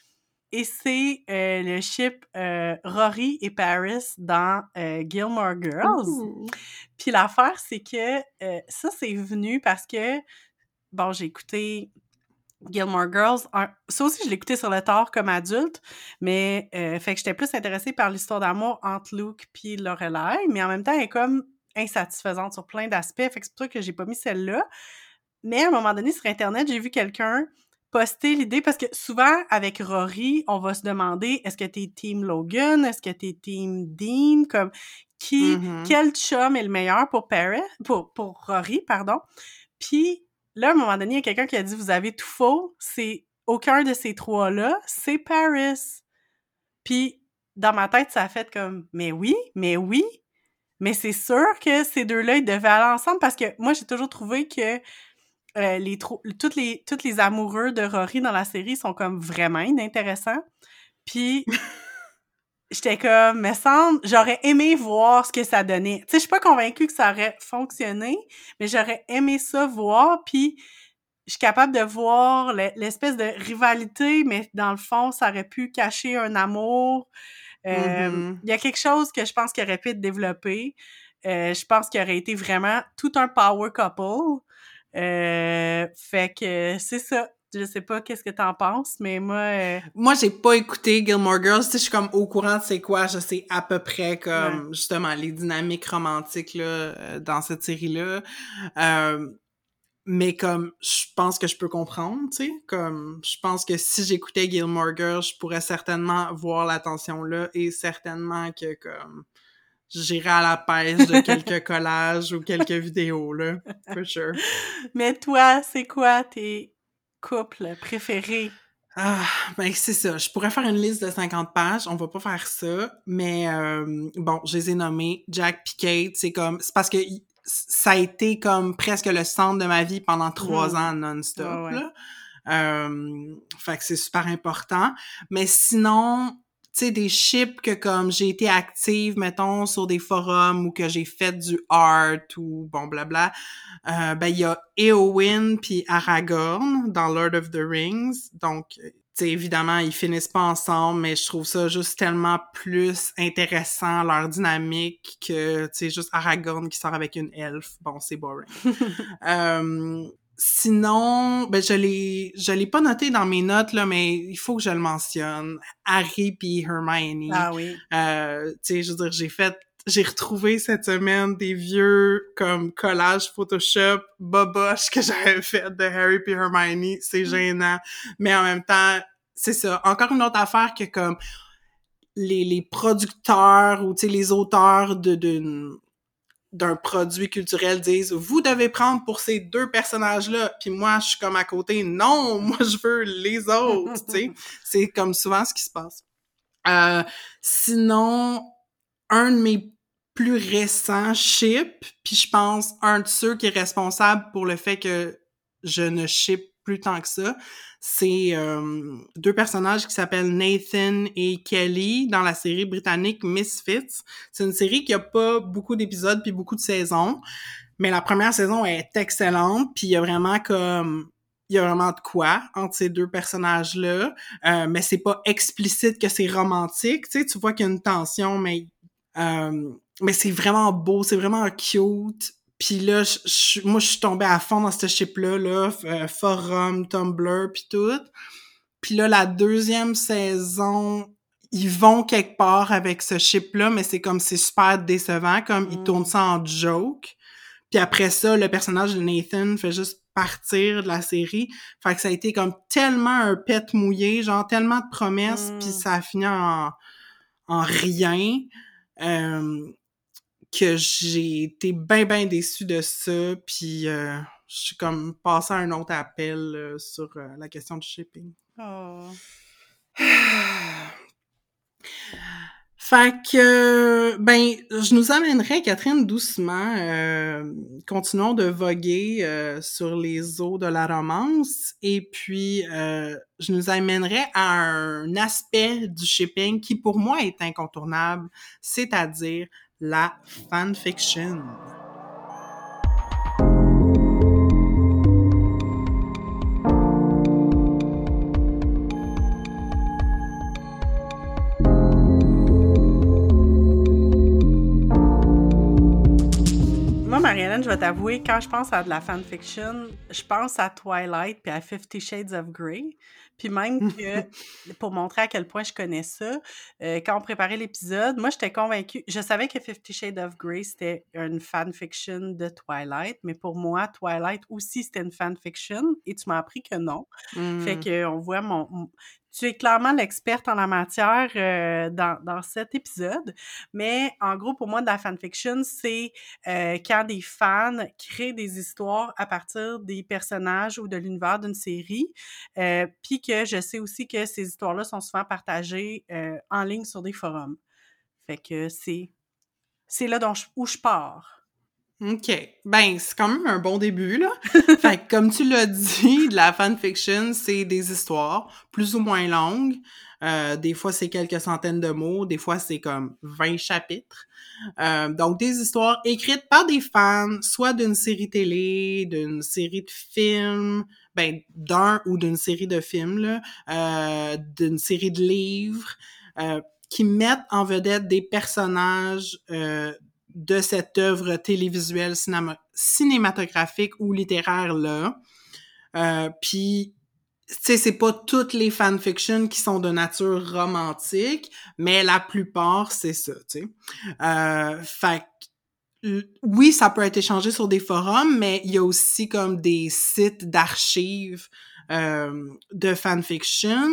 Et c'est euh, le ship euh, Rory et Paris dans euh, Gilmore Girls. Ooh. Puis l'affaire, c'est que euh, ça, c'est venu parce que, bon, j'ai écouté Gilmore Girls. Un, ça aussi, je l'ai écouté sur le tard comme adulte, mais euh, fait que j'étais plus intéressée par l'histoire d'amour entre Luke puis Lorelai, mais en même temps, elle est comme insatisfaisante sur plein d'aspects, fait que c'est pour ça que j'ai pas mis celle-là. Mais à un moment donné, sur Internet, j'ai vu quelqu'un poster l'idée, parce que souvent, avec Rory, on va se demander, est-ce que t'es team Logan? Est-ce que t'es team Dean? Comme, qui, Mm-hmm. quel chum est le meilleur pour Paris, pour, pour Rory, pardon. Puis, là, à un moment donné, il y a quelqu'un qui a dit, vous avez tout faux, c'est aucun de ces trois-là, c'est Paris. Puis, dans ma tête, ça a fait comme, mais oui, mais oui, mais c'est sûr que ces deux-là, ils devaient aller ensemble, parce que moi, j'ai toujours trouvé que Euh, les tro- toutes les toutes les amoureux de Rory dans la série sont comme vraiment inintéressants. Puis j'étais comme, me semble, j'aurais aimé voir ce que ça donnait. Tu sais, je suis pas convaincue que ça aurait fonctionné, mais j'aurais aimé ça voir. Puis je suis capable de voir le- l'espèce de rivalité, mais dans le fond, ça aurait pu cacher un amour. Euh, Mhm. Il y a quelque chose que je pense qu'il aurait pu être développé. Euh, je pense qu'il aurait été vraiment tout un power couple. Euh, fait que c'est ça. Je sais pas qu'est-ce que t'en penses, mais moi... euh, Moi, j'ai pas écouté Gilmore Girls, tu sais, je suis comme au courant de c'est quoi, je sais à peu près ouais. comme, justement, les dynamiques romantiques, là, euh, dans cette série-là. Euh, mais comme, je pense que je peux comprendre, tu sais, comme, je pense que si j'écoutais Gilmore Girls, je pourrais certainement voir la tension-là et certainement que, comme, j'irais à la pêche de quelques collages ou quelques vidéos, là, for sure. Mais toi, c'est quoi tes couples préférés? Ah, ben c'est ça. Je pourrais faire une liste de cinquante pages. On va pas faire ça. Mais euh, bon, je les ai nommés. Jack pis Kate, c'est comme... C'est parce que y- ça a été comme presque le centre de ma vie pendant trois Mhm. ans Ouais, non-stop, ouais. là. Euh, fait que c'est super important. Mais sinon, tu sais, des ships que comme j'ai été active, mettons, sur des forums ou que j'ai fait du art ou bon, blabla, euh, ben il y a Éowyn puis Aragorn dans Lord of the Rings. Donc, tu sais, évidemment, ils finissent pas ensemble, mais je trouve ça juste tellement plus intéressant, leur dynamique, que, tu sais, juste Aragorn qui sort avec une elfe. Bon, c'est boring. Euh, sinon, ben je l'ai, je l'ai pas noté dans mes notes là, mais il faut que je le mentionne. Harry puis Hermione. Ah oui. Euh, tu sais, je veux dire, j'ai fait, j'ai retrouvé cette semaine des vieux comme collages Photoshop boboche que j'avais fait de Harry puis Hermione. C'est gênant, mais en même temps, c'est ça. Encore une autre affaire que comme les, les producteurs ou tu sais les auteurs de d'une d'un produit culturel disent vous devez prendre pour ces deux personnages-là, puis moi je suis comme à côté non, moi je veux les autres, tu sais, c'est comme souvent ce qui se passe. Euh, sinon, un de mes plus récents ships, puis je pense un de ceux qui est responsable pour le fait que je ne ship plus tant que ça, c'est euh, deux personnages qui s'appellent Nathan et Kelly dans la série britannique Misfits. C'est une série qui a pas beaucoup d'épisodes puis beaucoup de saisons, mais la première saison est excellente, puis il y a vraiment comme il y a vraiment de quoi entre ces deux personnages-là, euh, mais c'est pas explicite que c'est romantique, tu sais, tu vois qu'il y a une tension, mais euh, mais c'est vraiment beau, c'est vraiment cute. Puis là, je, je, moi, je suis tombée à fond dans ce ship-là, là, euh, forum, Tumblr, puis tout. Puis là, la deuxième saison, ils vont quelque part avec ce ship-là, mais c'est comme, c'est super décevant, comme, ils tournent Mm. ça en joke. Puis après ça, le personnage de Nathan fait juste partir de la série. Fait que ça a été comme tellement un pet mouillé, genre tellement de promesses, puis Mm. ça a fini en, en rien. Euh, que j'ai été ben ben déçue de ça, puis euh, je suis comme passée à un autre appel euh, sur euh, la question du shipping. Oh. Fait que, ben, je nous amènerai, Catherine, doucement. Euh, continuons de voguer euh, sur les eaux de la romance. Et puis, euh, je nous amènerai à un aspect du shipping qui, pour moi, est incontournable, c'est-à-dire la fanfiction. Moi, Marianne, je vais t'avouer, quand je pense à de la fanfiction, je pense à Twilight puis à Fifty Shades of Grey. Puis même que, pour montrer à quel point je connais ça, euh, quand on préparait l'épisode, moi, j'étais convaincue. Je savais que Fifty Shades of Grey, c'était une fanfiction de Twilight, mais pour moi, Twilight aussi, c'était une fanfiction. Et tu m'as appris que non. Fait Mm. que on voit mon... mon- Tu es clairement l'experte en la matière euh, dans, dans cet épisode. Mais en gros, pour moi, de la fanfiction, c'est euh, quand des fans créent des histoires à partir des personnages ou de l'univers d'une série. Euh, Puis que je sais aussi que ces histoires-là sont souvent partagées euh, en ligne sur des forums. Fait que c'est c'est là dont je- où je pars. OK. Ben, c'est quand même un bon début, là. Fait que, comme tu l'as dit, de la fanfiction, c'est des histoires plus ou moins longues. Euh, des fois, c'est quelques centaines de mots. Des fois, c'est comme vingt chapitres. Euh, donc, des histoires écrites par des fans, soit d'une série télé, d'une série de films, ben, d'un ou d'une série de films, là, euh, d'une série de livres, euh, qui mettent en vedette des personnages euh, de cette œuvre télévisuelle, cinéma- cinématographique ou littéraire-là. Euh, Puis, tu sais, c'est pas toutes les fanfictions qui sont de nature romantique, mais la plupart, c'est ça, tu sais. Euh, fait que, oui, ça peut être échangé sur des forums, mais il y a aussi comme des sites d'archives euh, de fanfiction.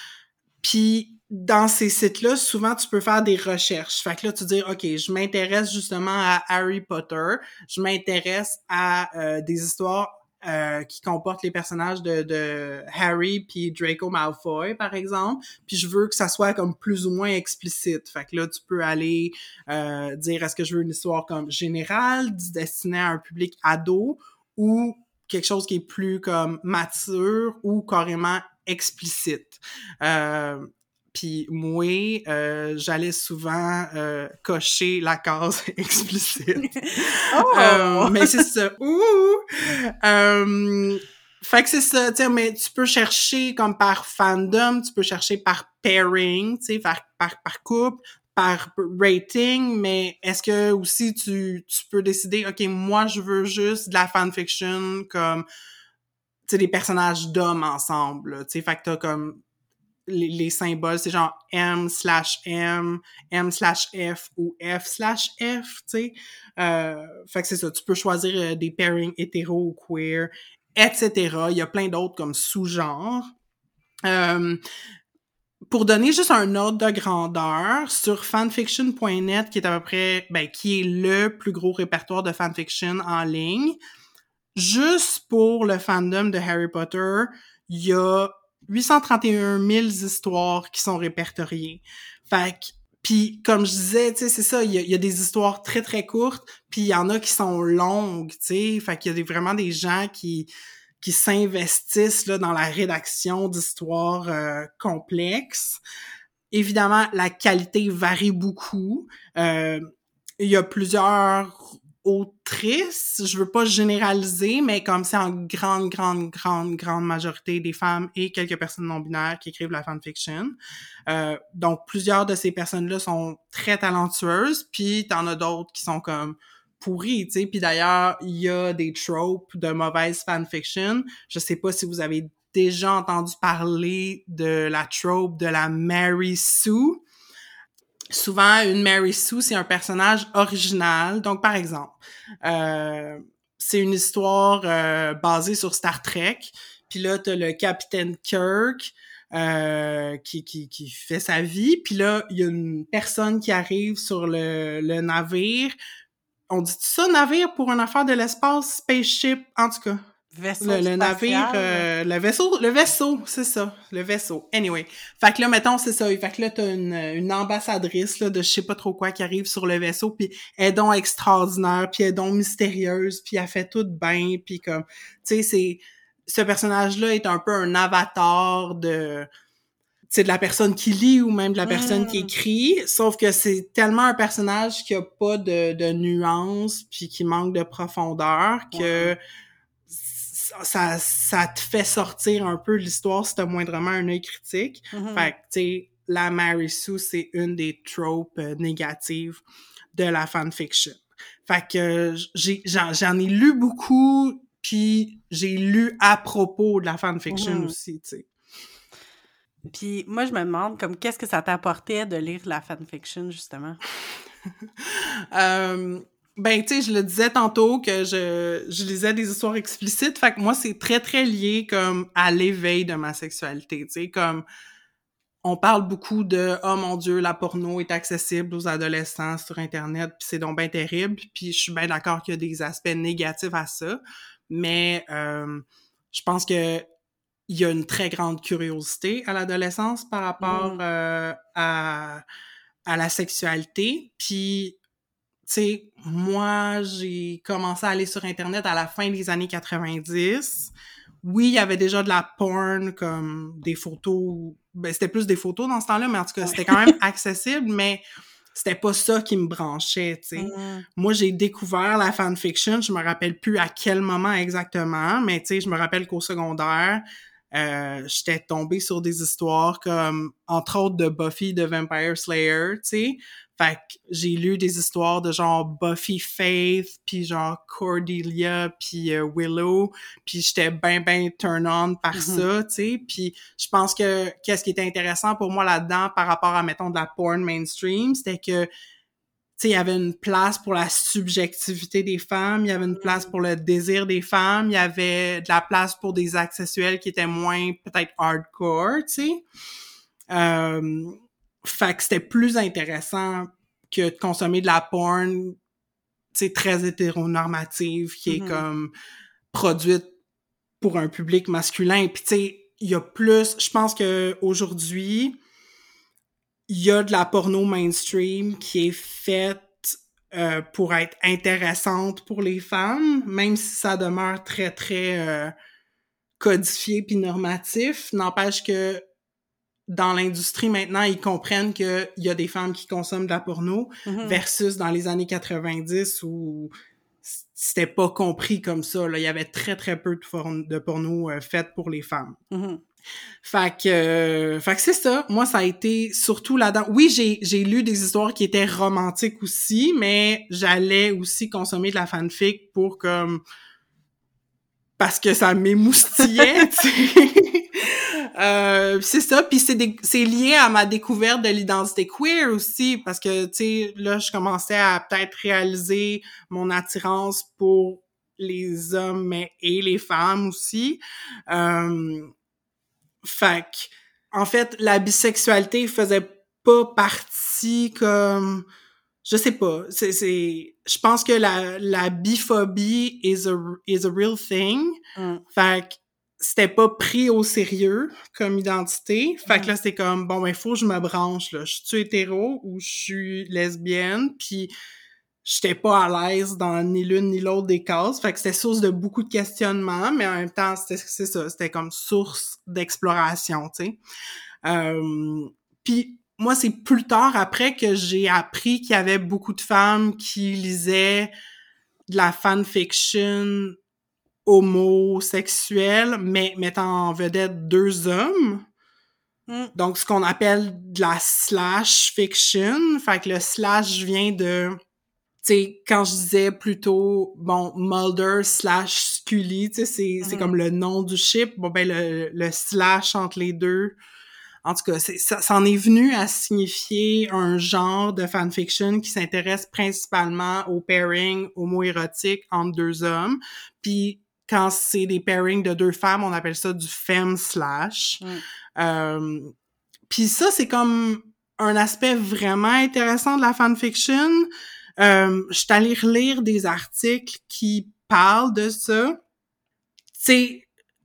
Puis dans ces sites-là, souvent, tu peux faire des recherches. Fait que là, tu dis, OK, je m'intéresse justement à Harry Potter, je m'intéresse à euh, des histoires euh, qui comportent les personnages de, de Harry puis Draco Malfoy, par exemple, puis je veux que ça soit comme plus ou moins explicite. Fait que là, tu peux aller euh, dire, est-ce que je veux une histoire comme générale, destinée à un public ado, ou quelque chose qui est plus comme mature ou carrément explicite. Euh, Puis moi, euh, j'allais souvent euh, cocher la case explicite. Oh! Euh, mais c'est ça. Ouh! Euh, fait que c'est ça, tu sais, mais tu peux chercher comme par fandom, tu peux chercher par pairing, tu sais, par, par, par couple, par rating, mais est-ce que aussi tu, tu peux décider, OK, moi, je veux juste de la fanfiction comme, tu sais, des personnages d'hommes ensemble, tu sais, fait que t'as comme les, les symboles, c'est genre M slash M, M slash F ou F slash F, tu sais. Euh, fait que c'est ça, tu peux choisir euh, des pairings hétéro ou queer, et cetera. Il y a plein d'autres comme sous-genres. Euh, pour donner juste un ordre de grandeur, sur fanfiction point net, qui est à peu près, ben, qui est le plus gros répertoire de fanfiction en ligne, juste pour le fandom de Harry Potter, il y a huit cent trente et un mille histoires qui sont répertoriées. Fait que, puis comme je disais, tu sais, c'est ça, il y, a, il y a des histoires très, très courtes, puis il y en a qui sont longues, tu sais. Fait qu'il y a des, vraiment des gens qui qui s'investissent là, dans la rédaction d'histoires euh, complexes. Évidemment, la qualité varie beaucoup. Euh, il y a plusieurs autrices, je veux pas généraliser, mais comme c'est en grande, grande, grande, grande majorité des femmes et quelques personnes non-binaires qui écrivent la fanfiction. Euh, donc, plusieurs de ces personnes-là sont très talentueuses, puis t'en as d'autres qui sont comme pourries, tu sais. Puis d'ailleurs, il y a des tropes de mauvaise fanfiction. Je sais pas si vous avez déjà entendu parler de la trope de la Mary Sue. Souvent, une Mary Sue, c'est un personnage original. Donc, par exemple, euh, c'est une histoire euh, basée sur Star Trek. Puis là, t'as le capitaine Kirk euh, qui, qui, qui fait sa vie. Puis là, il y a une personne qui arrive sur le, le navire. On dit ça, navire, pour une affaire de l'espace, spaceship, en tout cas. Vaisseau Le, le navire, spatial. euh, le vaisseau, le vaisseau, c'est ça, le vaisseau. Anyway, fait que là, mettons, c'est ça. Fait que là, t'as une, une ambassadrice là de je sais pas trop quoi qui arrive sur le vaisseau, puis elle est donc extraordinaire, puis elle est donc mystérieuse, puis elle fait tout bien, puis comme, tu sais, c'est ce personnage-là est un peu un avatar de c'est de la personne qui lit ou même de la personne qui Mm. écrit, sauf que c'est tellement un personnage qui a pas de, de nuances puis qui manque de profondeur que Ouais. ça, ça te fait sortir un peu l'histoire si t'as moindrement un œil critique. Mm-hmm. Fait que, tu sais, la Mary Sue, c'est une des tropes euh, négatives de la fanfiction. Fait que j'ai, j'en, j'en ai lu beaucoup, puis j'ai lu à propos de la fanfiction Mm-hmm. aussi, tu sais. Puis moi, je me demande, comme, qu'est-ce que ça t'apportait de lire la fanfiction, justement? euh, ben, tu sais, je le disais tantôt que je, je lisais des histoires explicites. Fait que moi, c'est très, très lié comme à l'éveil de ma sexualité. Tu sais, comme on parle beaucoup de « Oh mon Dieu, la porno est accessible aux adolescents sur Internet, puis c'est donc bien terrible. » Puis je suis bien d'accord qu'il y a des aspects négatifs à ça. Mais euh, je pense que il y a une très grande curiosité à l'adolescence par rapport Mm. euh, à, à la sexualité. Puis, tu sais, moi, j'ai commencé à aller sur Internet à la fin des années quatre-vingt-dix. Oui, il y avait déjà de la porn, comme des photos. Ben, c'était plus des photos dans ce temps-là, mais en tout cas, Ouais. c'était quand même accessible, mais c'était pas ça qui me branchait, tu sais. Mm. Moi, j'ai découvert la fanfiction, je me rappelle plus à quel moment exactement, mais tu sais, je me rappelle qu'au secondaire, euh, j'étais tombée sur des histoires comme, entre autres, de Buffy de Vampire Slayer, tu sais. Fait que j'ai lu des histoires de genre Buffy Faith, puis genre Cordelia, puis euh, Willow, puis j'étais ben ben turn on par Mm-hmm. ça, tu sais. Puis je pense que qu'est-ce qui était intéressant pour moi là-dedans par rapport à, mettons, de la porn mainstream, c'était que, tu sais, il y avait une place pour la subjectivité des femmes, il y avait une place pour le désir des femmes, il y avait de la place pour des actes sexuels qui étaient moins peut-être hardcore, tu sais. Euh, fait que c'était plus intéressant que de consommer de la porn, tu sais, très hétéronormative, qui Mm-hmm. est comme produite pour un public masculin. Puis tu sais, il y a plus, je pense que aujourd'hui, il y a de la porno mainstream qui est faite euh, pour être intéressante pour les femmes, même si ça demeure très très euh, codifié puis normatif. N'empêche que dans l'industrie, maintenant, ils comprennent qu'il y a des femmes qui consomment de la porno Mm-hmm. versus dans les années quatre-vingt-dix où c'était pas compris comme ça. Là. Il y avait très, très peu de, for- de porno euh, faites pour les femmes. Mm-hmm. Fait que, euh, fait que c'est ça. Moi, ça a été surtout là-dedans. Oui, j'ai, j'ai lu des histoires qui étaient romantiques aussi, mais j'allais aussi consommer de la fanfic pour comme... parce que ça m'émoustillait, tu sais. Euh, c'est ça, puis c'est, des, c'est lié à ma découverte de l'identité queer aussi, parce que, tu sais, là, je commençais à peut-être réaliser mon attirance pour les hommes mais, et les femmes aussi. Euh, fait que, en fait, la bisexualité faisait pas partie comme... Je sais pas, c'est... c'est je pense que la, la biphobie is a, is a real thing. Mm. Fait que c'était pas pris au sérieux comme identité. Fait que là, c'était comme, bon, ben, il faut que je me branche, là. Je suis hétéro ou je suis lesbienne, puis j'étais pas à l'aise dans ni l'une ni l'autre des cases. Fait que c'était source de beaucoup de questionnements, mais en même temps, c'était, c'est ça, c'était comme source d'exploration, tu sais. Euh, puis moi, c'est plus tard, après, que j'ai appris qu'il y avait beaucoup de femmes qui lisaient de la fanfiction homosexuelle, mais mettant en vedette deux hommes. Mm. Donc, ce qu'on appelle de la slash fiction. Fait que le slash vient de... Tu sais, quand je disais plutôt, bon, Mulder slash Scully, tu sais, c'est, mm-hmm. c'est comme le nom du ship. Bon, ben, le, le slash entre les deux... En tout cas, c'est, ça, ça en est venu à signifier un genre de fanfiction qui s'intéresse principalement au pairing homoérotique entre deux hommes. Puis quand c'est des pairings de deux femmes, on appelle ça du femme slash. Mm. Euh, puis ça, c'est comme un aspect vraiment intéressant de la fanfiction. Euh, je suis allée relire des articles qui parlent de ça. Tu sais,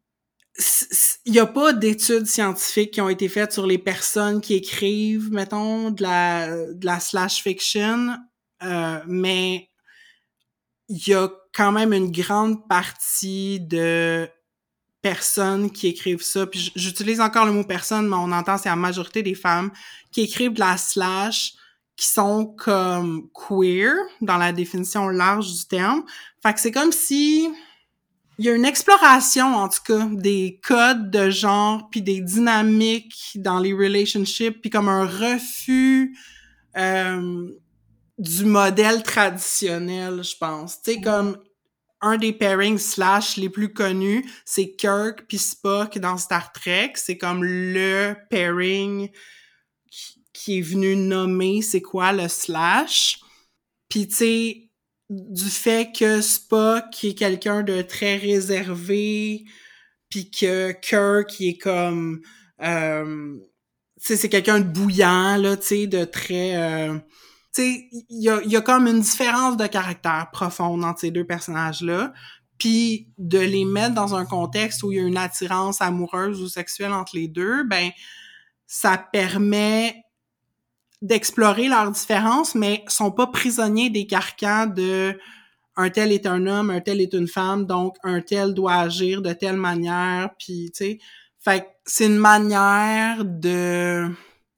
il y a pas d'études scientifiques qui ont été faites sur les personnes qui écrivent, mettons, de la, de la slash fiction, euh, mais il y a quand même une grande partie de personnes qui écrivent ça. Puis j'utilise encore le mot personne, mais on entend c'est la majorité des femmes qui écrivent de la slash qui sont comme queer dans la définition large du terme. Fait que c'est comme si il y a une exploration, en tout cas, des codes de genre, puis des dynamiques dans les relationships, puis comme un refus euh, du modèle traditionnel, je pense. Tu sais, comme un des pairings slash les plus connus, c'est Kirk puis Spock dans Star Trek. C'est comme le pairing qui, qui est venu nommer c'est quoi le slash. Puis tu sais, du fait que Spock est quelqu'un de très réservé, puis que Kirk est comme, euh, tu sais, c'est quelqu'un de bouillant là, tu sais, de très, euh, tu sais, il y a, y a comme une différence de caractère profonde entre ces deux personnages-là, puis de les mettre dans un contexte où il y a une attirance amoureuse ou sexuelle entre les deux, ben ça permet d'explorer leurs différences, mais sont pas prisonniers des carcans de un tel est un homme, un tel est une femme, donc un tel doit agir de telle manière, puis tu sais, fait que c'est une manière de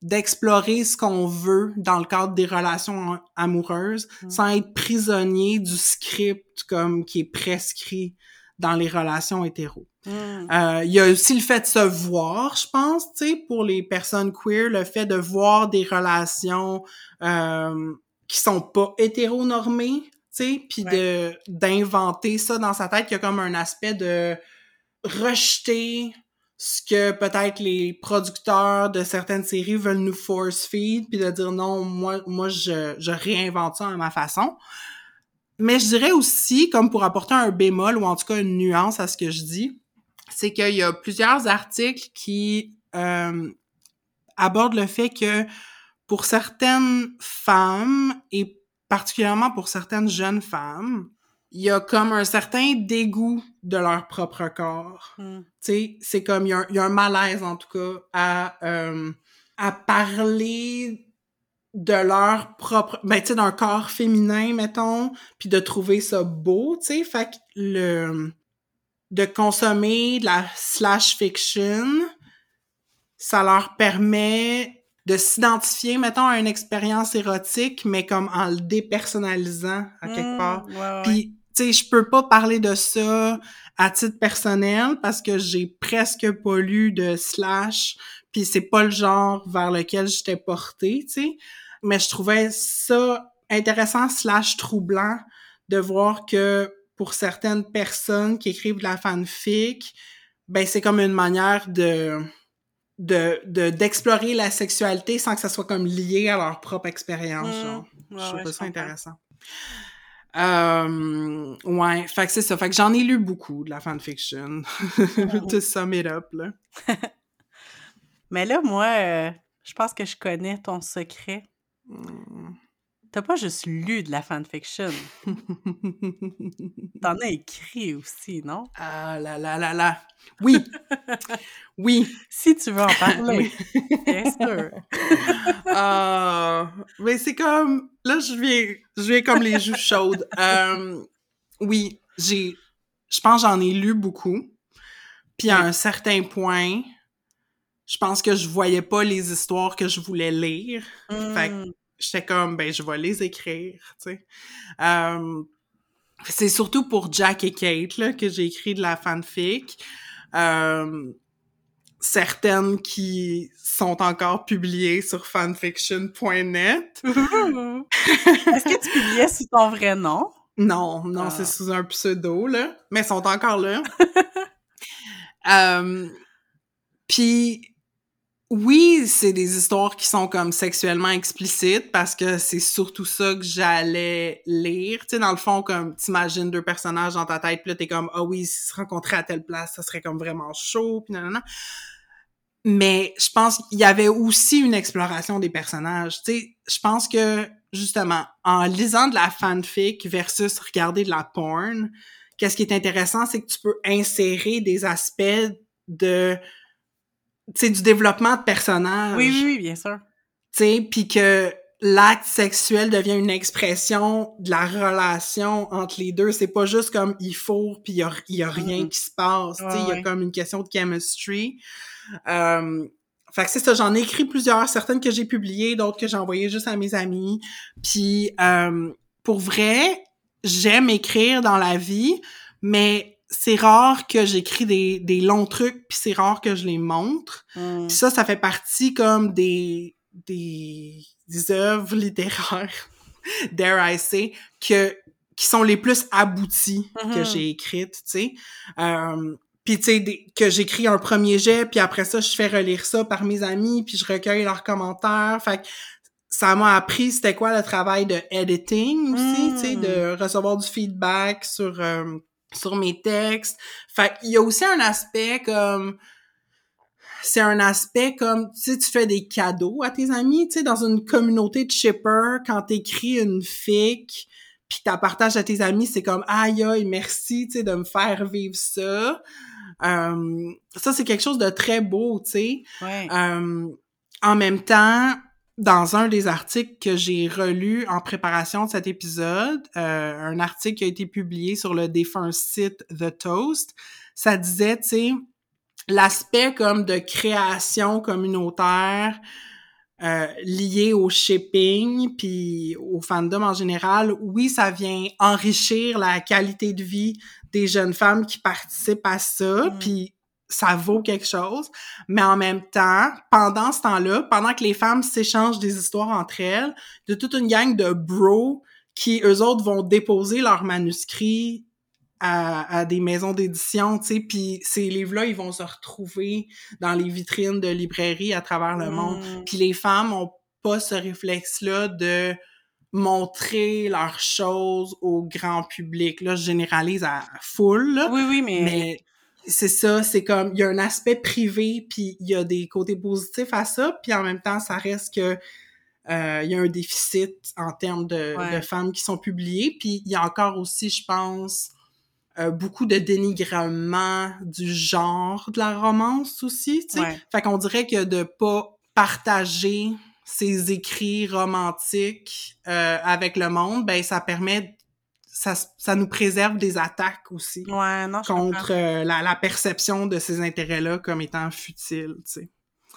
d'explorer ce qu'on veut dans le cadre des relations amoureuses mm. sans être prisonnier du script comme qui est prescrit dans les relations hétéros. Il mm. euh, y a aussi le fait de se voir, je pense, tu sais, pour les personnes queer, le fait de voir des relations euh, qui sont pas hétéronormées, tu sais, puis ouais. de d'inventer ça dans sa tête, qu'il y a comme un aspect de rejeter ce que peut-être les producteurs de certaines séries veulent nous force-feed, puis de dire non, moi, moi je, je réinvente ça à ma façon. Mais je dirais aussi, comme pour apporter un bémol, ou en tout cas une nuance à ce que je dis, c'est qu'il y a plusieurs articles qui euh, abordent le fait que pour certaines femmes, et particulièrement pour certaines jeunes femmes, il y a comme un certain dégoût de leur propre corps. Mm. Tu sais, c'est comme, il y, a un, il y a un malaise, en tout cas, à, euh, à parler de leur propre, ben, tu sais, d'un corps féminin, mettons, puis de trouver ça beau, tu sais. Fait que le, de consommer de la slash fiction, ça leur permet de s'identifier, mettons, à une expérience érotique, mais comme en le dépersonnalisant à quelque mmh, part. Ouais, ouais. Puis, tu sais, je peux pas parler de ça à titre personnel parce que j'ai presque pas lu de slash, puis c'est pas le genre vers lequel j'étais portée, tu sais. Mais je trouvais ça intéressant slash troublant de voir que pour certaines personnes qui écrivent de la fanfic, ben c'est comme une manière de... de, de d'explorer la sexualité sans que ça soit comme lié à leur propre expérience, mmh, genre. Ouais, je trouve ouais, ça je intéressant. Euh, ouais, fait que c'est ça. Fait que j'en ai lu beaucoup de la fanfiction. To sum it up, là. Mais là, moi, euh, je pense que je connais ton secret. Mmh. T'as pas juste lu de la fanfiction. T'en as écrit aussi, non? Ah là là là là. Oui. Oui. Si tu veux en parler. Bien sûr. uh, mais c'est comme... Là, je viens, je viens comme les joues chaudes. Um, oui, j'ai... Je pense que j'en ai lu beaucoup. Puis à oui. un certain point, je pense que je voyais pas les histoires que je voulais lire. Mm. Fait que j'étais comme, ben, je vais les écrire, tu sais. Um, c'est surtout pour Jack et Kate, là, que j'ai écrit de la fanfic. Um, certaines qui sont encore publiées sur fanfiction point net. Est-ce que tu publiais sous ton vrai nom? Non, non, ah. c'est sous un pseudo, là. Mais sont encore là. um, Puis... Oui, c'est des histoires qui sont comme sexuellement explicites parce que c'est surtout ça que j'allais lire. Tu sais, dans le fond, comme t'imagines deux personnages dans ta tête, puis là, t'es comme « Ah oui, s'ils se rencontraient à telle place, ça serait comme vraiment chaud, puis nanana. » Mais je pense qu'il y avait aussi une exploration des personnages. Tu sais, je pense que, justement, en lisant de la fanfic versus regarder de la porn, qu'est-ce qui est intéressant, c'est que tu peux insérer des aspects de... tu sais, du développement de personnages. Oui, oui, oui, bien sûr. Tu sais, puis que l'acte sexuel devient une expression de la relation entre les deux. C'est pas juste comme il faut, puis il y a, y a rien mm-hmm. qui se passe. Ouais, tu sais, il y a ouais. comme une question de chemistry. Euh, fait que c'est ça, j'en ai écrit plusieurs, certaines que j'ai publiées, d'autres que j'ai envoyées juste à mes amis. Puis, euh, pour vrai, j'aime écrire dans la vie, mais... c'est rare que j'écris des, des longs trucs, puis c'est rare que je les montre. Mm. Puis ça, ça fait partie comme des, des, des œuvres littéraires, dare I say, que, qui sont les plus abouties mm-hmm. que j'ai écrites, tu sais. Euh, puis tu sais, que j'écris un premier jet, puis après ça, je fais relire ça par mes amis, puis je recueille leurs commentaires. Fait que ça m'a appris c'était quoi le travail de editing aussi, mm. tu sais, de recevoir du feedback sur... Euh, sur mes textes. Fait qu'il y a aussi un aspect comme... C'est un aspect comme, tu sais, tu fais des cadeaux à tes amis, tu sais, dans une communauté de shippers, quand t'écris une fic, puis t'as partages à tes amis, c'est comme, aïe, aïe, merci, tu sais, de me faire vivre ça. Euh, ça, c'est quelque chose de très beau, tu sais. Ouais. Euh, en même temps... Dans un des articles que j'ai relus en préparation de cet épisode, euh, un article qui a été publié sur le défunt site The Toast, ça disait, tu sais, l'aspect comme de création communautaire euh, liées au shipping puis au fandom en général, oui, ça vient enrichir la qualité de vie des jeunes femmes qui participent à ça, Mm. puis ça vaut quelque chose, mais en même temps, pendant ce temps-là, pendant que les femmes s'échangent des histoires entre elles, de toute une gang de bros qui, eux autres, vont déposer leurs manuscrits à, à des maisons d'édition, tu sais, puis ces livres-là, ils vont se retrouver dans les vitrines de librairies à travers le monde. Mm. Puis les femmes ont pas ce réflexe-là de montrer leurs choses au grand public. Là, je généralise à full, là, Oui, oui, mais... mais c'est ça, c'est comme, il y a un aspect privé, puis il y a des côtés positifs à ça, puis en même temps, ça reste que euh, il y a un déficit en termes de, Ouais. de femmes qui sont publiées, puis il y a encore aussi, je pense, euh, beaucoup de dénigrement du genre de la romance aussi, tu sais. Ouais. Fait qu'on dirait que de pas partager ses écrits romantiques euh, avec le monde, ben ça permet... Ça, ça nous préserve des attaques aussi Ouais, non, je contre euh, la, la perception de ces intérêts-là comme étant futiles, tu sais.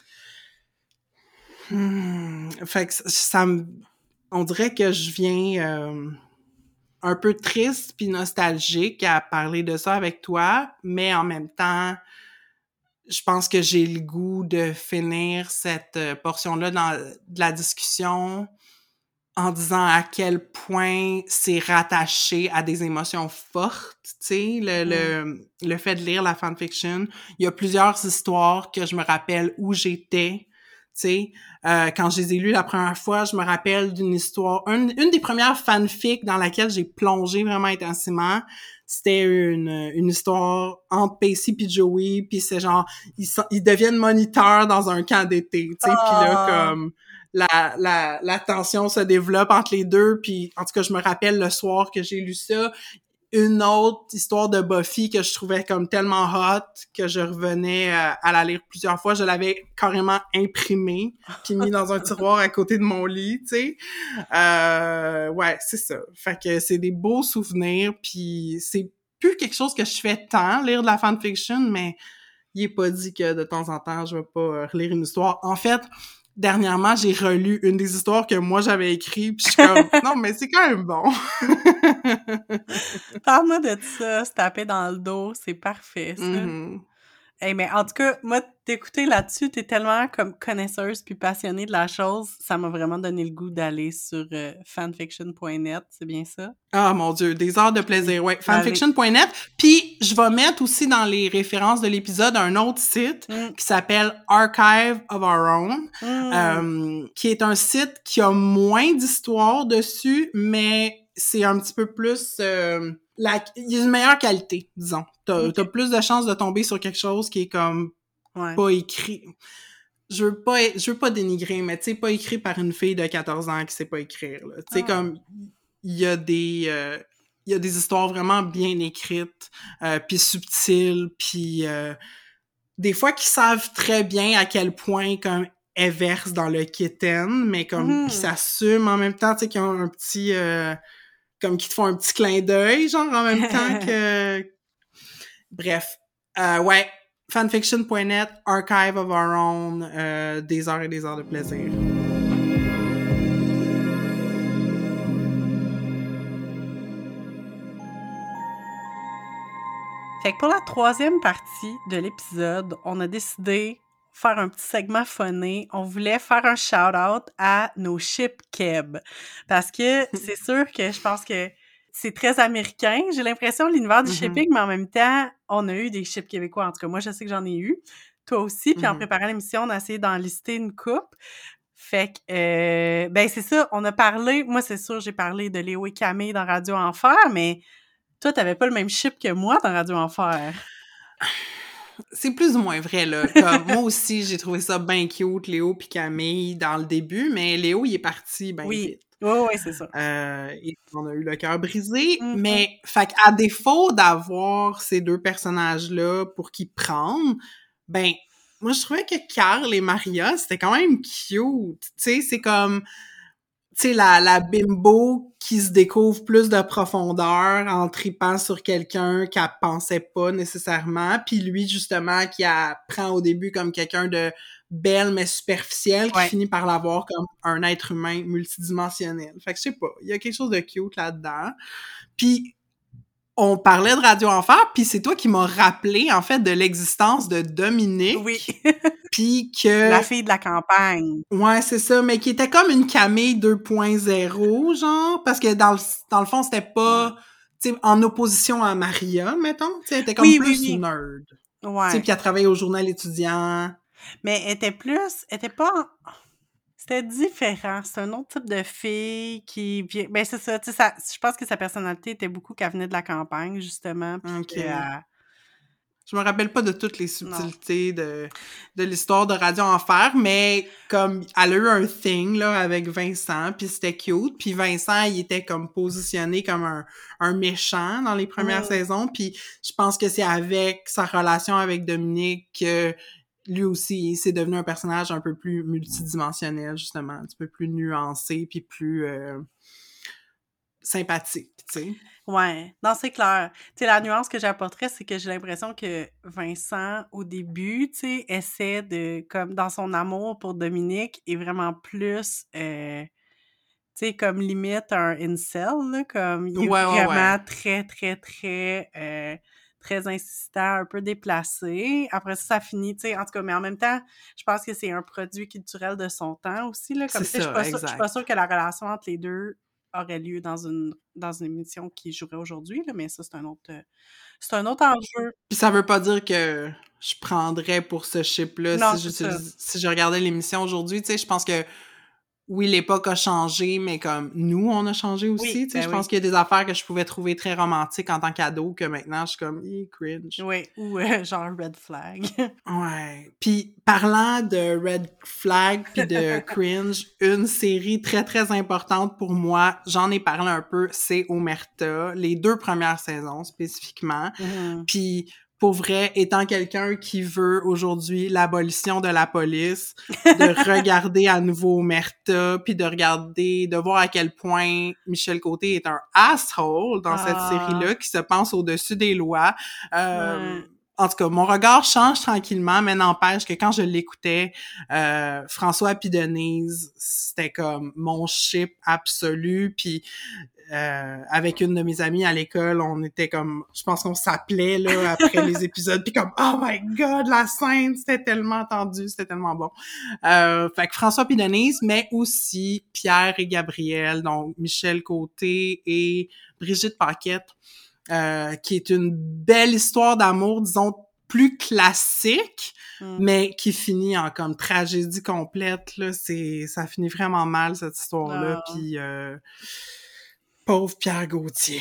Hmm. Fait que ça, ça me... On dirait que je viens euh, un peu triste puis nostalgique à parler de ça avec toi, mais en même temps, je pense que j'ai le goût de finir cette portion-là dans de la discussion en disant à quel point c'est rattaché à des émotions fortes, tu sais, le, mm. le, le fait de lire la fanfiction. Il y a plusieurs histoires que je me rappelle où j'étais, tu sais. Euh, quand je les ai lues la première fois, je me rappelle d'une histoire... Une, une des premières fanfics dans laquelle j'ai plongé vraiment intensément, c'était une, une histoire entre Pacey puis Joey, puis c'est genre... Ils, sont, ils deviennent moniteurs dans un camp d'été, tu sais, oh. Puis là, comme... La, la, la tension se développe entre les deux, puis en tout cas, je me rappelle le soir que j'ai lu ça, une autre histoire de Buffy que je trouvais comme tellement hot que je revenais euh, à la lire plusieurs fois. Je l'avais carrément imprimée, puis mis dans un tiroir à côté de mon lit, tu sais. Euh, ouais, c'est ça. Fait que c'est des beaux souvenirs, puis c'est plus quelque chose que je fais tant, lire de la fanfiction, mais il est pas dit que de temps en temps, je vais pas relire une histoire. En fait, dernièrement, j'ai relu une des histoires que moi j'avais écrites, puis je suis comme non, mais c'est quand même bon. Parle-moi de ça, se taper dans le dos, c'est parfait, ça. Mm-hmm. Hey, mais en tout cas, moi, t'écouter là-dessus, t'es tellement comme connaisseuse puis passionnée de la chose, ça m'a vraiment donné le goût d'aller sur euh, fanfiction point net, c'est bien ça? Ah, mon Dieu, des heures de plaisir, ouais. fanfiction point net. Puis, je vais mettre aussi dans les références de l'épisode un autre site mm. qui s'appelle Archive of Our Own, mm. euh, qui est un site qui a moins d'histoires dessus, mais c'est un petit peu plus... Euh, la, il y a une meilleure qualité, disons. T'as, okay. t'as plus de chances de tomber sur quelque chose qui est comme ouais. pas écrit... Je veux pas, je veux pas dénigrer, mais tu sais, pas écrit par une fille de quatorze ans qui sait pas écrire, là. Tu sais, ah. comme... Il y a des euh, il y a des histoires vraiment bien écrites, euh, puis subtiles, puis euh, des fois qui savent très bien à quel point comme elles versent dans le kitten, mais comme mm-hmm. qui s'assument en même temps, tu sais, qui ont un petit euh, comme qui te font un petit clin d'œil, genre en même temps que bref, euh, ouais, fanfiction point net, Archive of Our Own, euh, des heures et des heures de plaisir. Fait que pour la troisième partie de l'épisode, on a décidé de faire un petit segment phoné. On voulait faire un shout-out à nos ships Keb. Parce que c'est sûr que je pense que c'est très américain. J'ai l'impression, l'univers du mm-hmm. shipping, mais en même temps, on a eu des ships québécois. En tout cas, moi, je sais que j'en ai eu. Toi aussi. Puis mm-hmm. en préparant l'émission, on a essayé d'en lister une coupe. Fait que, euh, ben c'est ça, on a parlé... Moi, c'est sûr, j'ai parlé de Léo et Camille dans Radio Enfer, mais... Toi, t'avais pas le même chip que moi dans Radio Enfer. C'est plus ou moins vrai, là. Comme, moi aussi, j'ai trouvé ça bien cute, Léo puis Camille, dans le début, mais Léo, il est parti bien oui. vite. Oui, oui, c'est ça. Euh, et on a eu le cœur brisé, mm-hmm. mais, fait qu'à défaut d'avoir ces deux personnages-là pour qu'ils prennent, ben, moi, je trouvais que Carl et Maria, c'était quand même cute. Tu sais, c'est comme... tu sais, la, la bimbo qui se découvre plus de profondeur en tripant sur quelqu'un qu'elle pensait pas nécessairement, puis lui, justement, qui apprend au début comme quelqu'un de belle mais superficielle, qui Ouais. finit par l'avoir comme un être humain multidimensionnel. Fait que je sais pas, il y a quelque chose de cute là-dedans. Puis on parlait de Radio Enfer, puis c'est toi qui m'as rappelé, en fait, de l'existence de Dominique. Oui. Puis que... La fille de la campagne. Ouais, c'est ça, mais qui était comme une Camille deux point zéro, genre, parce que dans le, dans le fond, c'était pas, tu sais, en opposition à Maria, mettons, tu sais, elle était comme Oui, plus oui, oui. nerd. Tu sais, Ouais. puis elle travaillait au journal étudiant. Mais elle était plus... Elle était pas... C'était différent. C'est un autre type de fille qui vient... Ben, c'est ça, tu sais, ça... je pense que sa personnalité était beaucoup qu'elle venait de la campagne, justement, puis Ok. qu'elle... Je me rappelle pas de toutes les Non. subtilités de, de l'histoire de Radio Enfer, mais comme elle a eu un thing là avec Vincent, puis c'était cute. Puis Vincent, il était comme positionné comme un, un méchant dans les premières Mm. saisons. Puis je pense que c'est avec sa relation avec Dominique que lui aussi, c'est devenu un personnage un peu plus multidimensionnel, justement, un petit peu plus nuancé, puis plus euh, sympathique, tu sais. Ouais, non, c'est clair. Tu sais, la nuance que j'apporterais, c'est que j'ai l'impression que Vincent, au début, tu sais, essaie de, comme, dans son amour pour Dominique, est vraiment plus, euh, tu sais, comme limite un incel, là, comme, il est Ouais, ouais, vraiment ouais. très, très, très, euh, très insistant, un peu déplacé. Après ça, ça finit, tu sais, en tout cas, mais en même temps, je pense que c'est un produit culturel de son temps aussi, là, comme, C'est tu sais, je suis ça, pas sûre- je suis pas exact. sûre que la relation entre les deux aurait lieu dans une dans une émission qui jouerait aujourd'hui, là, mais ça, c'est un autre euh, c'est un autre enjeu. Puis ça veut pas dire que je prendrais pour ce chip-là Non, si c'est ça. j'utilise, si je regardais l'émission aujourd'hui. Tu sais, je pense que oui, l'époque a changé, mais comme nous, on a changé aussi. Oui, Tu sais, ben je oui. pense qu'il y a des affaires que je pouvais trouver très romantiques en tant qu'ado que maintenant, je suis comme, eh, cringe. Oui, ou euh, genre Red Flag. Ouais. Puis parlant de Red Flag puis de cringe, une série très très importante pour moi, j'en ai parlé un peu, c'est Omerta, les deux premières saisons spécifiquement. Mhm. Puis pour vrai, étant quelqu'un qui veut aujourd'hui l'abolition de la police, de regarder à nouveau Omerta, puis de regarder, de voir à quel point Michel Côté est un asshole dans cette Ah, série-là, qui se pense au-dessus des lois. Euh, ouais. En tout cas, mon regard change tranquillement, mais n'empêche que quand je l'écoutais, euh, François puis Denise, c'était comme mon ship absolu. Puis euh, avec une de mes amies à l'école, on était comme, je pense qu'on s'appelait là après les épisodes, puis comme oh my god, la scène, c'était tellement tendu, c'était tellement bon. Euh, fait que François puis Denise, mais aussi Pierre et Gabriel, donc Michel Côté et Brigitte Paquette. Euh, qui est une belle histoire d'amour, disons, plus classique, Mm. mais qui finit en comme tragédie complète, là. C'est, ça finit vraiment mal, cette histoire-là. Ah. Puis, euh, pauvre Pierre Gauthier.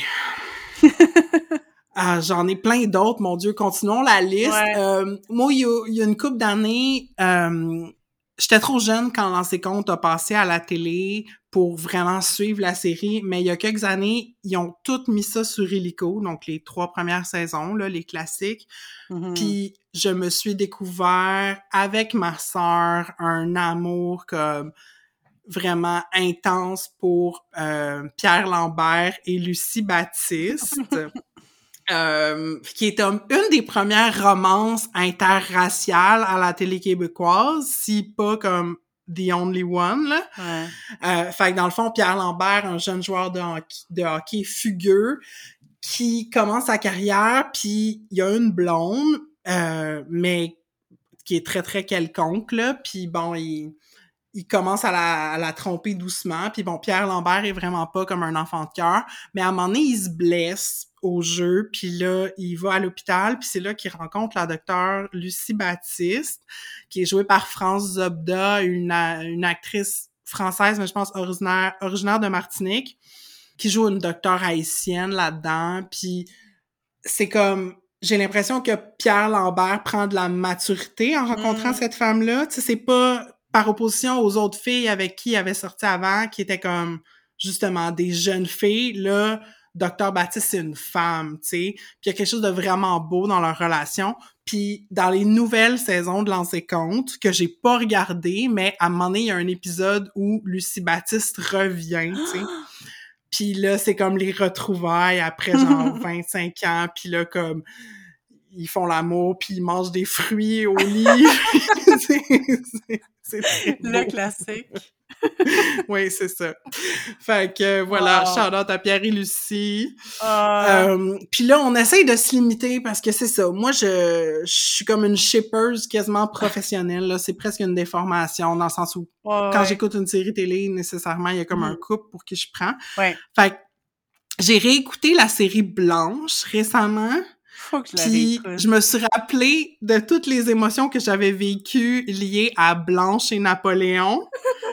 Ah, j'en ai plein d'autres, mon Dieu. Continuons la liste. Ouais. Euh, moi, il y a, il y a une couple d'années, euh, j'étais trop jeune quand Lancé Compte a passé à la télé pour vraiment suivre la série, mais il y a quelques années, ils ont toutes mis ça sur Illico, donc les trois premières saisons, là, les classiques. Mhm. Puis je me suis découvert avec ma sœur un amour comme vraiment intense pour euh, Pierre Lambert et Lucie Baptiste. Euh, qui est um, une des premières romances interraciales à la télé québécoise, si pas comme the only one, là. Ouais. Euh, fait que dans le fond, Pierre Lambert, un jeune joueur de hockey, de hockey fugueux, qui commence sa carrière, puis il y a une blonde, euh, mais qui est très, très quelconque, là, puis bon, il... il commence à la, à la tromper doucement. Puis bon, Pierre Lambert est vraiment pas comme un enfant de cœur. Mais à un moment donné, il se blesse au jeu. Puis là, il va à l'hôpital. Puis c'est là qu'il rencontre la docteure Lucie Baptiste, qui est jouée par France Zobda, une, une actrice française, mais je pense originaire, originaire de Martinique, qui joue une docteure haïtienne là-dedans. Puis c'est comme... J'ai l'impression que Pierre Lambert prend de la maturité en rencontrant Mm. cette femme-là. Tu sais, c'est pas... par opposition aux autres filles avec qui il avait sorti avant, qui étaient comme, justement, des jeunes filles, là, Docteur Baptiste, c'est une femme, tu sais. Puis il y a quelque chose de vraiment beau dans leur relation. Puis dans les nouvelles saisons de Lancer Compte, que j'ai pas regardé, mais à un moment donné, il y a un épisode où Lucie Baptiste revient, tu sais. Puis là, c'est comme les retrouvailles après genre vingt-cinq ans, puis là, comme, ils font l'amour, puis ils mangent des fruits au lit. c'est, c'est, c'est très beau. Le classique. Oui, c'est ça. Fait que voilà, Wow. shout-out à Pierre et Lucie. Ah. Euh, puis là, on essaye de se limiter parce que c'est ça. Moi, je, je suis comme une shippeuse quasiment professionnelle. Là. C'est presque une déformation dans le sens où Ouais, quand ouais. j'écoute une série télé, nécessairement, il y a comme un Mhm. couple pour qui je prends. Ouais. Fait que j'ai réécouté la série Blanche récemment. Faut que je la Puis réécoute. je me suis rappelé de toutes les émotions que j'avais vécues liées à Blanche et Napoléon.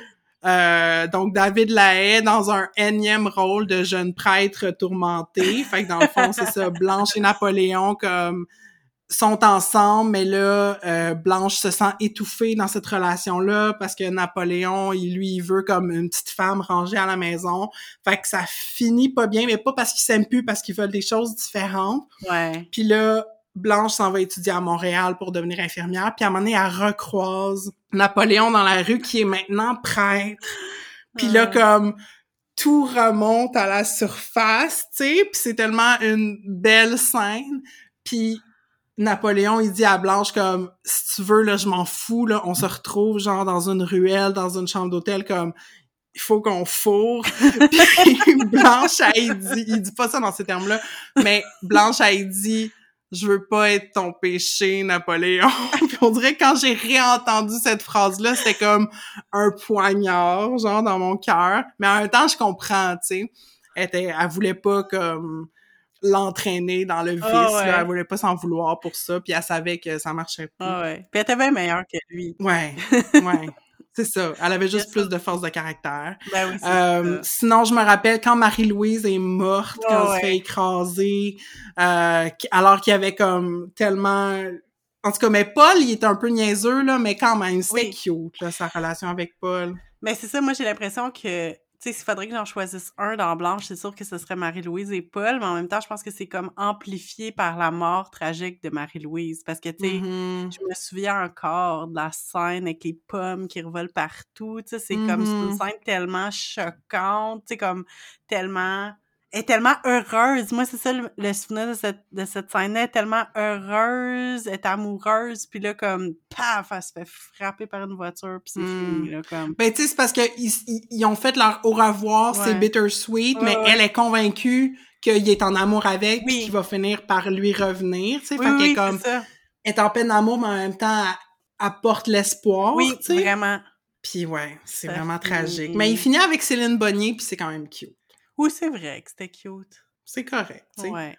Euh, donc David Lahaye dans un énième rôle de jeune prêtre tourmenté. Fait que dans le fond, c'est ça, Blanche et Napoléon comme sont ensemble, mais là, euh, Blanche se sent étouffée dans cette relation-là parce que Napoléon, il, lui, il veut comme une petite femme rangée à la maison. Fait que ça finit pas bien, mais pas parce qu'ils s'aiment plus, parce qu'ils veulent des choses différentes. Ouais. Puis là, Blanche s'en va étudier à Montréal pour devenir infirmière, puis à un moment donné, elle recroise Napoléon dans la rue, qui est maintenant prêtre. Puis là, Ouais. comme, tout remonte à la surface, tu sais, puis c'est tellement une belle scène. Puis Napoléon, il dit à Blanche comme, si tu veux, là, je m'en fous, là, on se retrouve, genre, dans une ruelle, dans une chambre d'hôtel, comme, il faut qu'on fourre. Puis Blanche, elle dit, il dit pas ça dans ces termes-là, mais Blanche, elle dit, je veux pas être ton péché, Napoléon. Puis on dirait que quand j'ai réentendu cette phrase-là, c'était comme un poignard, genre, dans mon cœur. Mais en même temps, je comprends, tu sais. Elle était, elle voulait pas, comme, l'entraîner dans le vice, Ah ouais. là. Elle voulait pas s'en vouloir pour ça, puis elle savait que ça marchait plus. Ah ouais. Puis elle était bien meilleure que lui. Ouais, ouais. C'est ça. Elle avait juste Yes, plus ça. de force de caractère. Ben oui, c'est Euh, ça. sinon, je me rappelle quand Marie-Louise est morte, quand Ah elle se ouais. fait écraser, euh, qu- alors qu'il y avait comme tellement... En tout cas, mais Paul, il était un peu niaiseux, là, mais quand même, c'était Oui. cute, là, sa relation avec Paul. Mais c'est ça, moi j'ai l'impression que, tu sais, s'il faudrait que j'en choisisse un dans Blanche, c'est sûr que ce serait Marie-Louise et Paul, mais en même temps, je pense que c'est comme amplifié par la mort tragique de Marie-Louise. Parce que, tu sais, Mhm. je me souviens encore de la scène avec les pommes qui revolent partout. Tu sais, c'est comme, c'est une Mhm. scène tellement choquante, tu sais, comme tellement... Elle est tellement heureuse. Moi, c'est ça le, le souvenir de cette, de cette scène-là. Elle est tellement heureuse, elle est amoureuse, puis là, comme, paf, elle se fait frapper par une voiture, puis c'est Mm. fini, là, comme... Ben, tu sais, c'est parce que ils, ils- ils ont fait leur au revoir, c'est Ouais. bittersweet, Ouais, mais ouais. elle est convaincue qu'il est en amour avec, puis Oui. qu'il va finir par lui revenir, tu sais. Oui, Fait qu'elle est oui, comme, c'est ça. elle est en peine d'amour, mais en même temps, elle apporte l'espoir, Oui, tu sais. vraiment. Puis ouais, c'est Ça vraiment tragique. finit. Mais il finit avec Céline Bonnier, puis c'est quand même cute. Oui, c'est vrai que c'était cute. C'est correct, tu sais. Ouais.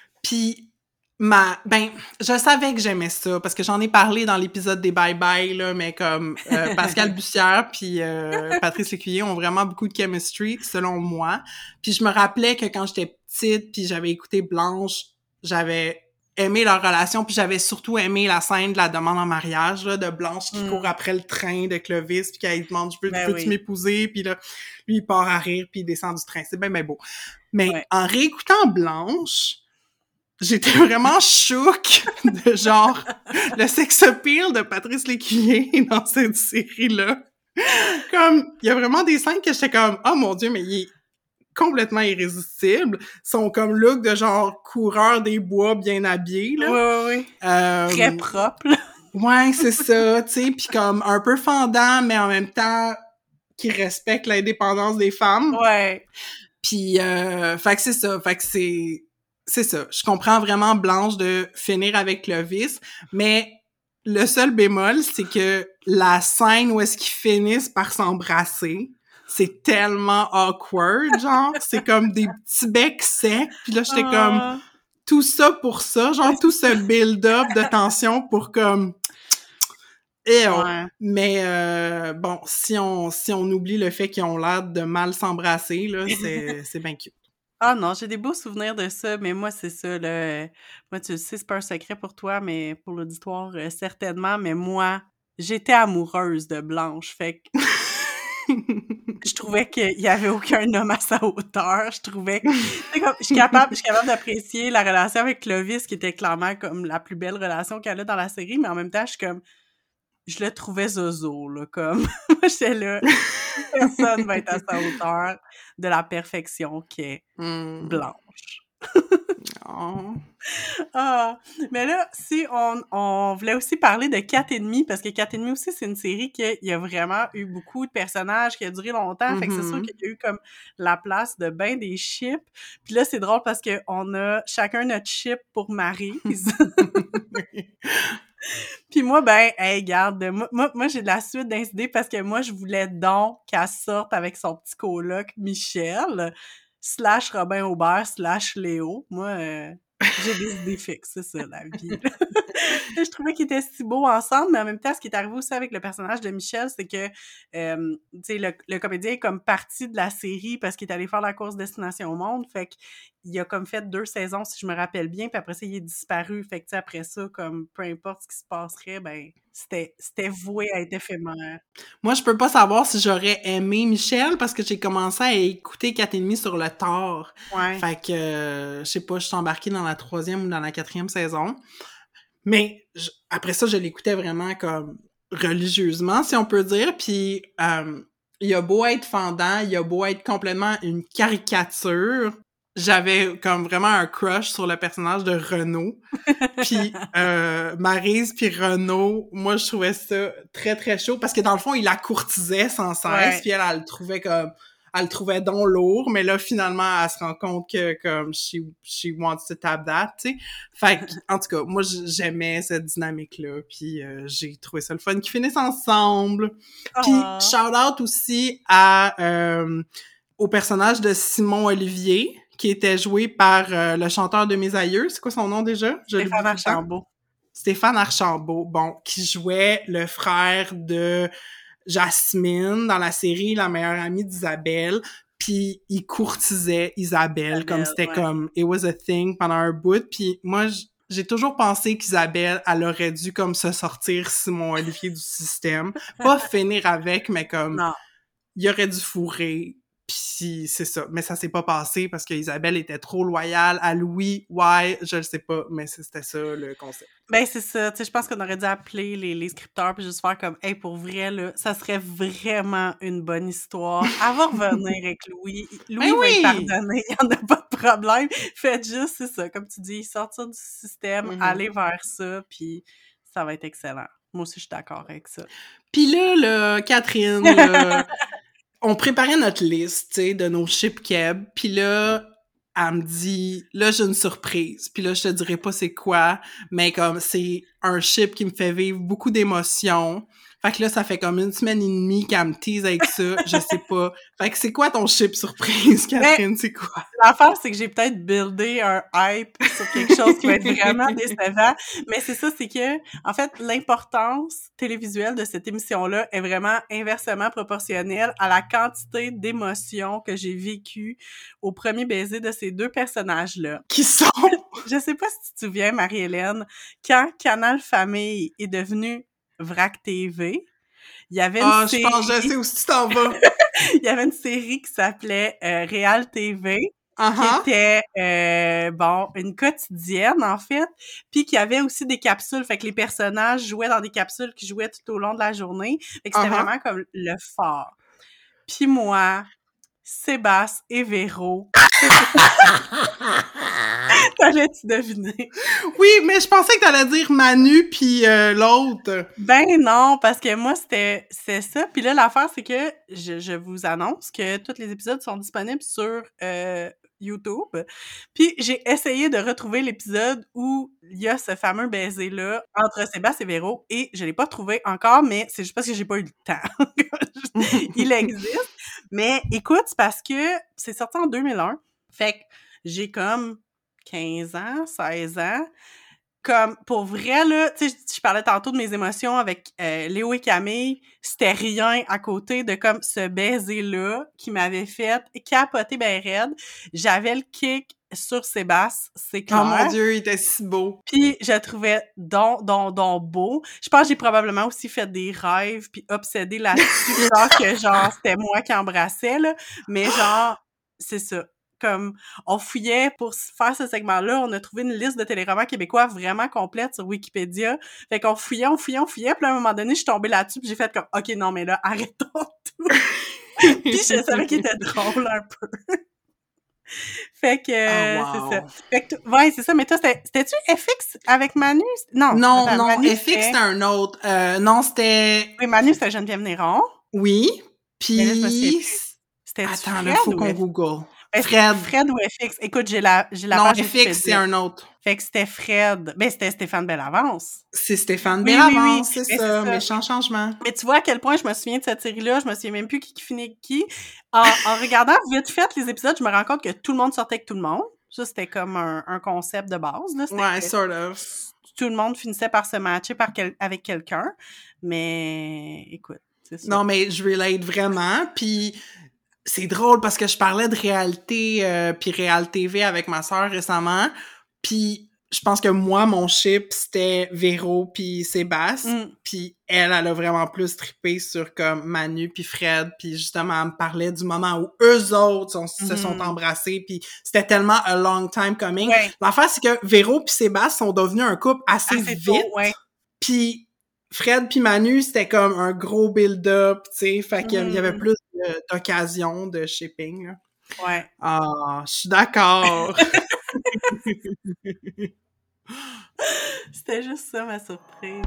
Puis ma ben je savais que j'aimais ça parce que j'en ai parlé dans l'épisode des Bye Bye là, mais comme euh, Pascal Bussière puis euh, Patrice Lécuyer ont vraiment beaucoup de chemistry selon moi. Puis je me rappelais que quand j'étais petite puis j'avais écouté Blanche, j'avais aimé leur relation, puis j'avais surtout aimé la scène de la demande en mariage là, de Blanche qui Mm. court après le train de Clovis puis qu'elle lui demande, je peux Ben peux-tu oui. m'épouser, puis là lui il part à rire puis il descend du train. C'est bien bien beau. Mais Ouais. en réécoutant Blanche, j'étais vraiment chouk de genre le sex appeal de Patrice Lécuyer dans cette série-là. Comme, il y a vraiment des scènes que j'étais comme, oh mon Dieu, mais il est complètement irrésistible. Son comme look de genre coureur des bois bien habillé, là. Oui, oui, oui. Euh, Très propre, là. ouais, c'est ça, tu sais, puis comme un peu fendant, mais en même temps qui respecte l'indépendance des femmes. Ouais. Puis, euh, fait que c'est ça, fait que c'est... C'est ça. Je comprends vraiment Blanche de finir avec Clovis, mais le seul bémol, c'est que la scène où est-ce qu'ils finissent par s'embrasser, c'est tellement awkward, genre. C'est comme des petits becs secs. Puis là, j'étais comme, Ah. tout ça pour ça, genre tout ce build-up de tension pour comme... Ew. Ouais. Mais euh, bon, si on si on oublie le fait qu'ils ont l'air de mal s'embrasser, là, c'est c'est bien cute. Ah non, j'ai des beaux souvenirs de ça, mais moi, c'est ça, là. euh, Moi, tu le sais, c'est pas un secret pour toi, mais pour l'auditoire, euh, certainement. Mais moi, j'étais amoureuse de Blanche. Fait que Je trouvais qu'il y avait aucun homme à sa hauteur. Je trouvais que, comme, je suis capable, je suis capable d'apprécier la relation avec Clovis, qui était clairement comme la plus belle relation qu'elle a dans la série, mais en même temps, je suis comme, je le trouvais zozo, là, comme, moi, j'étais là, personne va être à sa hauteur de la perfection qui est Mm. Blanche. Oh. Ah, mais là, si on, on voulait aussi parler de quatre et demi, parce que quatre et demi aussi, c'est une série qui a vraiment eu beaucoup de personnages, qui a duré longtemps, mm-hmm. Fait que c'est sûr qu'il y a eu comme la place de ben des ships. Puis là, c'est drôle parce que on a chacun notre ship pour Maryse. Puis moi, ben, hey, garde, moi, moi, moi j'ai de la suite d'incidés parce que moi, je voulais donc qu'elle sorte avec son petit coloc Michel, slash Robin Aubert, slash Léo. Moi, euh, j'ai des idées fixes, c'est ça, la vie. Je trouvais qu'ils étaient si beaux ensemble, mais en même temps, ce qui est arrivé aussi avec le personnage de Michel, c'est que, euh, tu sais, le, le comédien est comme parti de la série parce qu'il est allé faire la course Destination au Monde, fait qu'il a comme fait deux saisons, si je me rappelle bien, puis après ça, il est disparu, fait que, tu sais, après ça, comme, peu importe ce qui se passerait, ben, c'était, c'était voué à être éphémère. Moi, je peux pas savoir si j'aurais aimé Michel parce que j'ai commencé à écouter quatre et demi sur le tard. Ouais. Fait que, euh, je sais pas, je suis embarquée dans la troisième ou dans la quatrième saison. Mais je, après ça, je l'écoutais vraiment comme religieusement, si on peut dire. Puis, euh, il a beau être fendant, il a beau être complètement une caricature. J'avais comme vraiment un crush sur le personnage de Renaud. Puis euh, Maryse puis Renaud, moi, je trouvais ça très, très chaud. Parce que dans le fond, il la courtisait sans cesse. Ouais. Puis elle, elle le trouvait comme... Elle le trouvait donc lourd, mais là, finalement, elle se rend compte que, comme, she, she wants to tap that, tu sais. Fait que, en tout cas, moi, j'aimais cette dynamique-là, puis euh, j'ai trouvé ça le fun qu'ils finissent ensemble. Puis, uh-huh. Shout-out aussi à, euh, au personnage de Simon Olivier, qui était joué par euh, le chanteur de Mes Aïeux. C'est quoi son nom déjà? Je Stéphane Archambault. Stéphane Archambault, bon, qui jouait le frère de Jasmine dans la série La meilleure amie d'Isabelle, puis il courtisait Isabelle, Isabelle comme c'était ouais. comme it was a thing pendant un bout, puis moi j'ai toujours pensé qu'Isabelle elle aurait dû comme se sortir Simon Olivier du système, pas finir avec, mais comme non. Il aurait dû fourrer. Puis c'est ça, mais ça s'est pas passé parce que Isabelle était trop loyale à Louis. Ouais, je le sais pas, mais c'était ça le concept. Ben c'est ça, tu sais, je pense qu'on aurait dû appeler les, les scripteurs puis juste faire comme, hey, pour vrai là, ça serait vraiment une bonne histoire. Elle va revenir avec Louis. Louis ben va oui. être pardonné, il y en a pas de problème. Faites juste, c'est ça, comme tu dis, sortir du système, mm-hmm. aller vers ça, puis ça va être excellent. Moi aussi, je suis d'accord avec ça. Puis là, là, Catherine, là, on préparait notre liste, tu sais, de nos chips keb, puis là, elle me dit, là, j'ai une surprise, puis là, je te dirai pas c'est quoi, mais comme, c'est un chip qui me fait vivre beaucoup d'émotions. Fait que là, ça fait comme une semaine et demie qu'elle me tease avec ça, je sais pas. Fait que c'est quoi ton chip surprise, Catherine, c'est quoi? L'affaire, c'est que j'ai peut-être buildé un hype sur quelque chose qui va être vraiment décevant, mais c'est ça, c'est que, en fait, l'importance télévisuelle de cette émission-là est vraiment inversement proportionnelle à la quantité d'émotions que j'ai vécues au premier baiser de ces deux personnages-là. Qui sont? Je sais pas si tu te souviens, Marie-Hélène, quand Canal Famille est devenu Vrac T V, il y avait une ah, série... Ah, je pense, je sais où tu t'en vas. Il y avait une série qui s'appelait euh, Réal T V, uh-huh. qui était, euh, bon, une quotidienne, en fait, puis qui avait aussi des capsules, fait que les personnages jouaient dans des capsules qui jouaient tout au long de la journée, fait que c'était uh-huh. vraiment comme le phare. Puis moi, Sébastien et Véro... T'allais-tu deviner? Oui, mais je pensais que t'allais dire Manu puis euh, l'autre. Ben non, parce que moi, c'était c'est ça. Puis là, l'affaire, c'est que je, je vous annonce que tous les épisodes sont disponibles sur euh, YouTube. Puis j'ai essayé de retrouver l'épisode où il y a ce fameux baiser-là entre Sébastien et Véro, et je l'ai pas trouvé encore, mais c'est juste parce que j'ai pas eu le temps. Il existe. Mais écoute, c'est parce que c'est sorti en deux mille un. Fait que j'ai comme quinze ans, seize ans. Comme, pour vrai, là, tu sais, je parlais tantôt de mes émotions avec euh, Léo et Camille, c'était rien à côté de comme ce baiser-là qui m'avait fait capoter ben raide. J'avais le kick sur Sébastien, c'est Oh clair. mon Dieu, il était si beau. Puis je le trouvais donc, donc, donc beau. Je pense que j'ai probablement aussi fait des rêves puis obsédé là-dessus, genre que genre c'était moi qui embrassais, là. Mais genre, c'est ça. Comme, on fouillait pour faire ce segment-là, on a trouvé une liste de téléromans québécois vraiment complète sur Wikipédia. Fait qu'on fouillait, on fouillait, on fouillait, puis à un moment donné, je suis tombée là-dessus, puis j'ai fait comme, OK, non, mais là, arrêtons tout. Puis je savais qu'il était drôle un peu. Fait que, Oh, c'est wow. ça. Fait que, t- ouais, c'est ça, mais toi, c'était, c'était-tu F X avec Manu? Non, Non, attends, non, Manu, F X, c'était... c'était un autre. Euh, non, c'était... Oui, Manu, c'était Geneviève Néron. Oui, Mais là, je me souviens puis... plus. C'était-tu Attends, là, Fred faut ou qu'on F X? Google. Ben, Fred. Fred ou F X? Écoute, j'ai la, j'ai la Non, page F X, c'est Wikipédia. un autre. Fait que c'était Fred. Ben, c'était Stéphane Bellavance. C'est Stéphane Oui, oui, oui. Bellavance, c'est Mais c'est ça, ça. méchant changement. Mais tu vois à quel point je me souviens de cette série-là, je me souviens même plus qui, qui finit avec qui. En, en regardant vite fait les épisodes, je me rends compte que tout le monde sortait avec tout le monde. Ça, c'était comme un, un concept de base, là. C'était Ouais, que sort of. tout le monde finissait par se matcher par quel- avec quelqu'un. Mais, écoute, c'est ça. Non, mais je relate vraiment, puis c'est drôle parce que je parlais de réalité euh, puis Réal T V avec ma sœur récemment, puis je pense que moi, mon chip, c'était Véro puis Sébastien, Mm. puis elle, elle a vraiment plus trippé sur comme Manu puis Fred, puis justement, elle me parlait du moment où eux autres sont- se sont Mhm. embrassés, puis c'était tellement a long time coming. Ouais. L'affaire, c'est que Véro puis Sébastien sont devenus un couple assez, Assez vite, tôt, ouais. puis Fred puis Manu, c'était comme un gros build-up, tu sais, fait qu'il y avait Mhm. plus de- d'occasions de shipping, là. Ouais. Ah, je suis d'accord. C'était juste ça, ma surprise.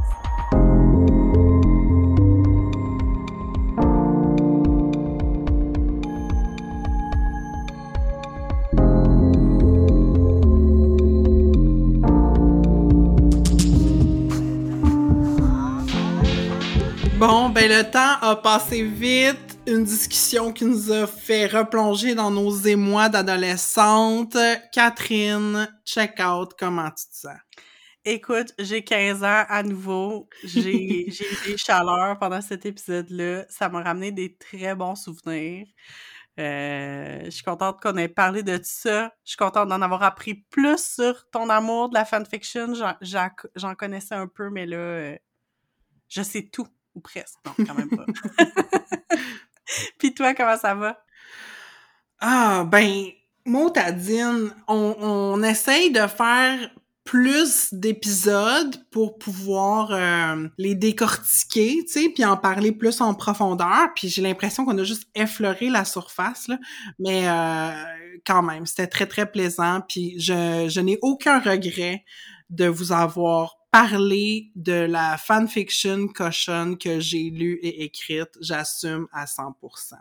Bon, ben le temps a passé vite. Une discussion qui nous a fait replonger dans nos émois d'adolescente. Catherine, check out, comment tu te sens? Écoute, j'ai quinze ans à nouveau. J'ai j'ai eu des chaleurs pendant cet épisode-là. Ça m'a ramené des très bons souvenirs. Euh, je suis contente qu'on ait parlé de ça. Je suis contente d'en avoir appris plus sur ton amour de la fanfiction. J'en, j'en, j'en connaissais un peu, mais là, euh, je sais tout, ou presque. Non, quand même pas. Puis toi, comment ça va? Ah, ben, Motadine, on, on essaye de faire plus d'épisodes pour pouvoir euh, les décortiquer, tu sais, puis en parler plus en profondeur. Puis j'ai l'impression qu'on a juste effleuré la surface, là. Mais euh, quand même, c'était très, très plaisant. Puis je, je n'ai aucun regret de vous avoir parlé de la fanfiction cochonne que j'ai lue et écrite. J'assume à cent pour cent.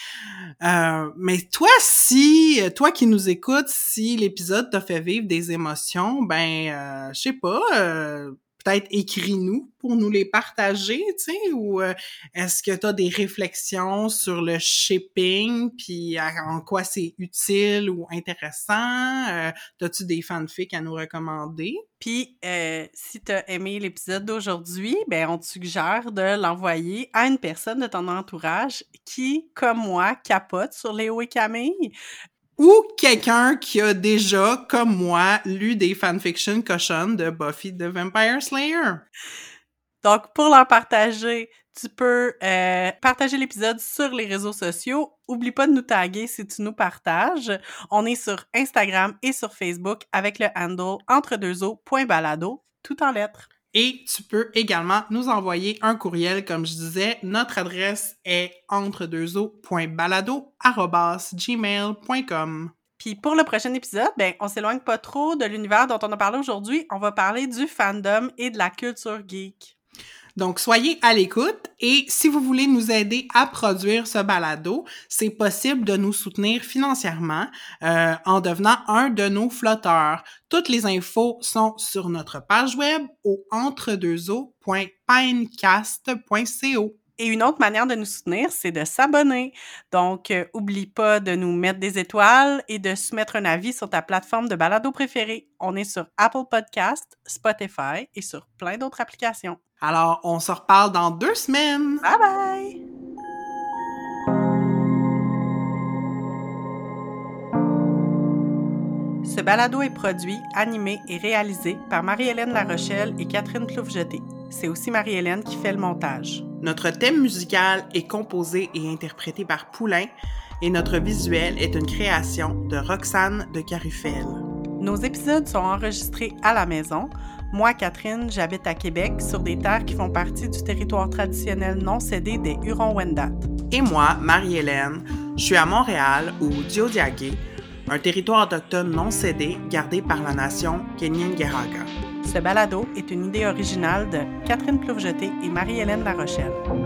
Euh, mais toi, si, toi qui nous écoutes, si l'épisode t'a fait vivre des émotions, ben, euh, je sais pas, euh, peut-être écris-nous pour nous les partager, tu sais, ou euh, est-ce que t'as des réflexions sur le shipping, puis en quoi c'est utile ou intéressant? Euh, t'as-tu des fanfics à nous recommander? Puis, euh, si t'as aimé l'épisode d'aujourd'hui, ben on te suggère de l'envoyer à une personne de ton entourage qui, comme moi, capote sur Léo et Camille. Ou quelqu'un qui a déjà, comme moi, lu des fanfictions cochonnes de Buffy the Vampire Slayer. Donc, pour leur partager, tu peux euh, partager l'épisode sur les réseaux sociaux. Oublie pas de nous taguer si tu nous partages. On est sur Instagram et sur Facebook avec le handle entre deux o point balado, tout en lettres. Et tu peux également nous envoyer un courriel, comme je disais. Notre adresse est entre deux o point balado arobase gmail point com. Puis pour le prochain épisode, ben on s'éloigne pas trop de l'univers dont on a parlé aujourd'hui. On va parler du fandom et de la culture geek. Donc, soyez à l'écoute et si vous voulez nous aider à produire ce balado, c'est possible de nous soutenir financièrement euh, en devenant un de nos flotteurs. Toutes les infos sont sur notre page web au entre deux o point pinecast point co. Et une autre manière de nous soutenir, c'est de s'abonner. Donc, euh, oublie pas de nous mettre des étoiles et de soumettre un avis sur ta plateforme de balado préférée. On est sur Apple Podcasts, Spotify et sur plein d'autres applications. Alors, on se reparle dans deux semaines. Bye bye! Ce balado est produit, animé et réalisé par Marie-Hélène Larochelle et Catherine Plouffe-Jeté. C'est aussi Marie-Hélène qui fait le montage. Notre thème musical est composé et interprété par Poulain et notre visuel est une création de Roxane de Carufel. Nos épisodes sont enregistrés à la maison. Moi, Catherine, j'habite à Québec, sur des terres qui font partie du territoire traditionnel non cédé des Hurons-Wendat. Et moi, Marie-Hélène, je suis à Montréal, au Tiohtià:ke, un territoire autochtone non cédé gardé par la nation Kanien'kehá:ka. Ce balado est une idée originale de Catherine Plouffe-Jeté et Marie-Hélène Larochelle.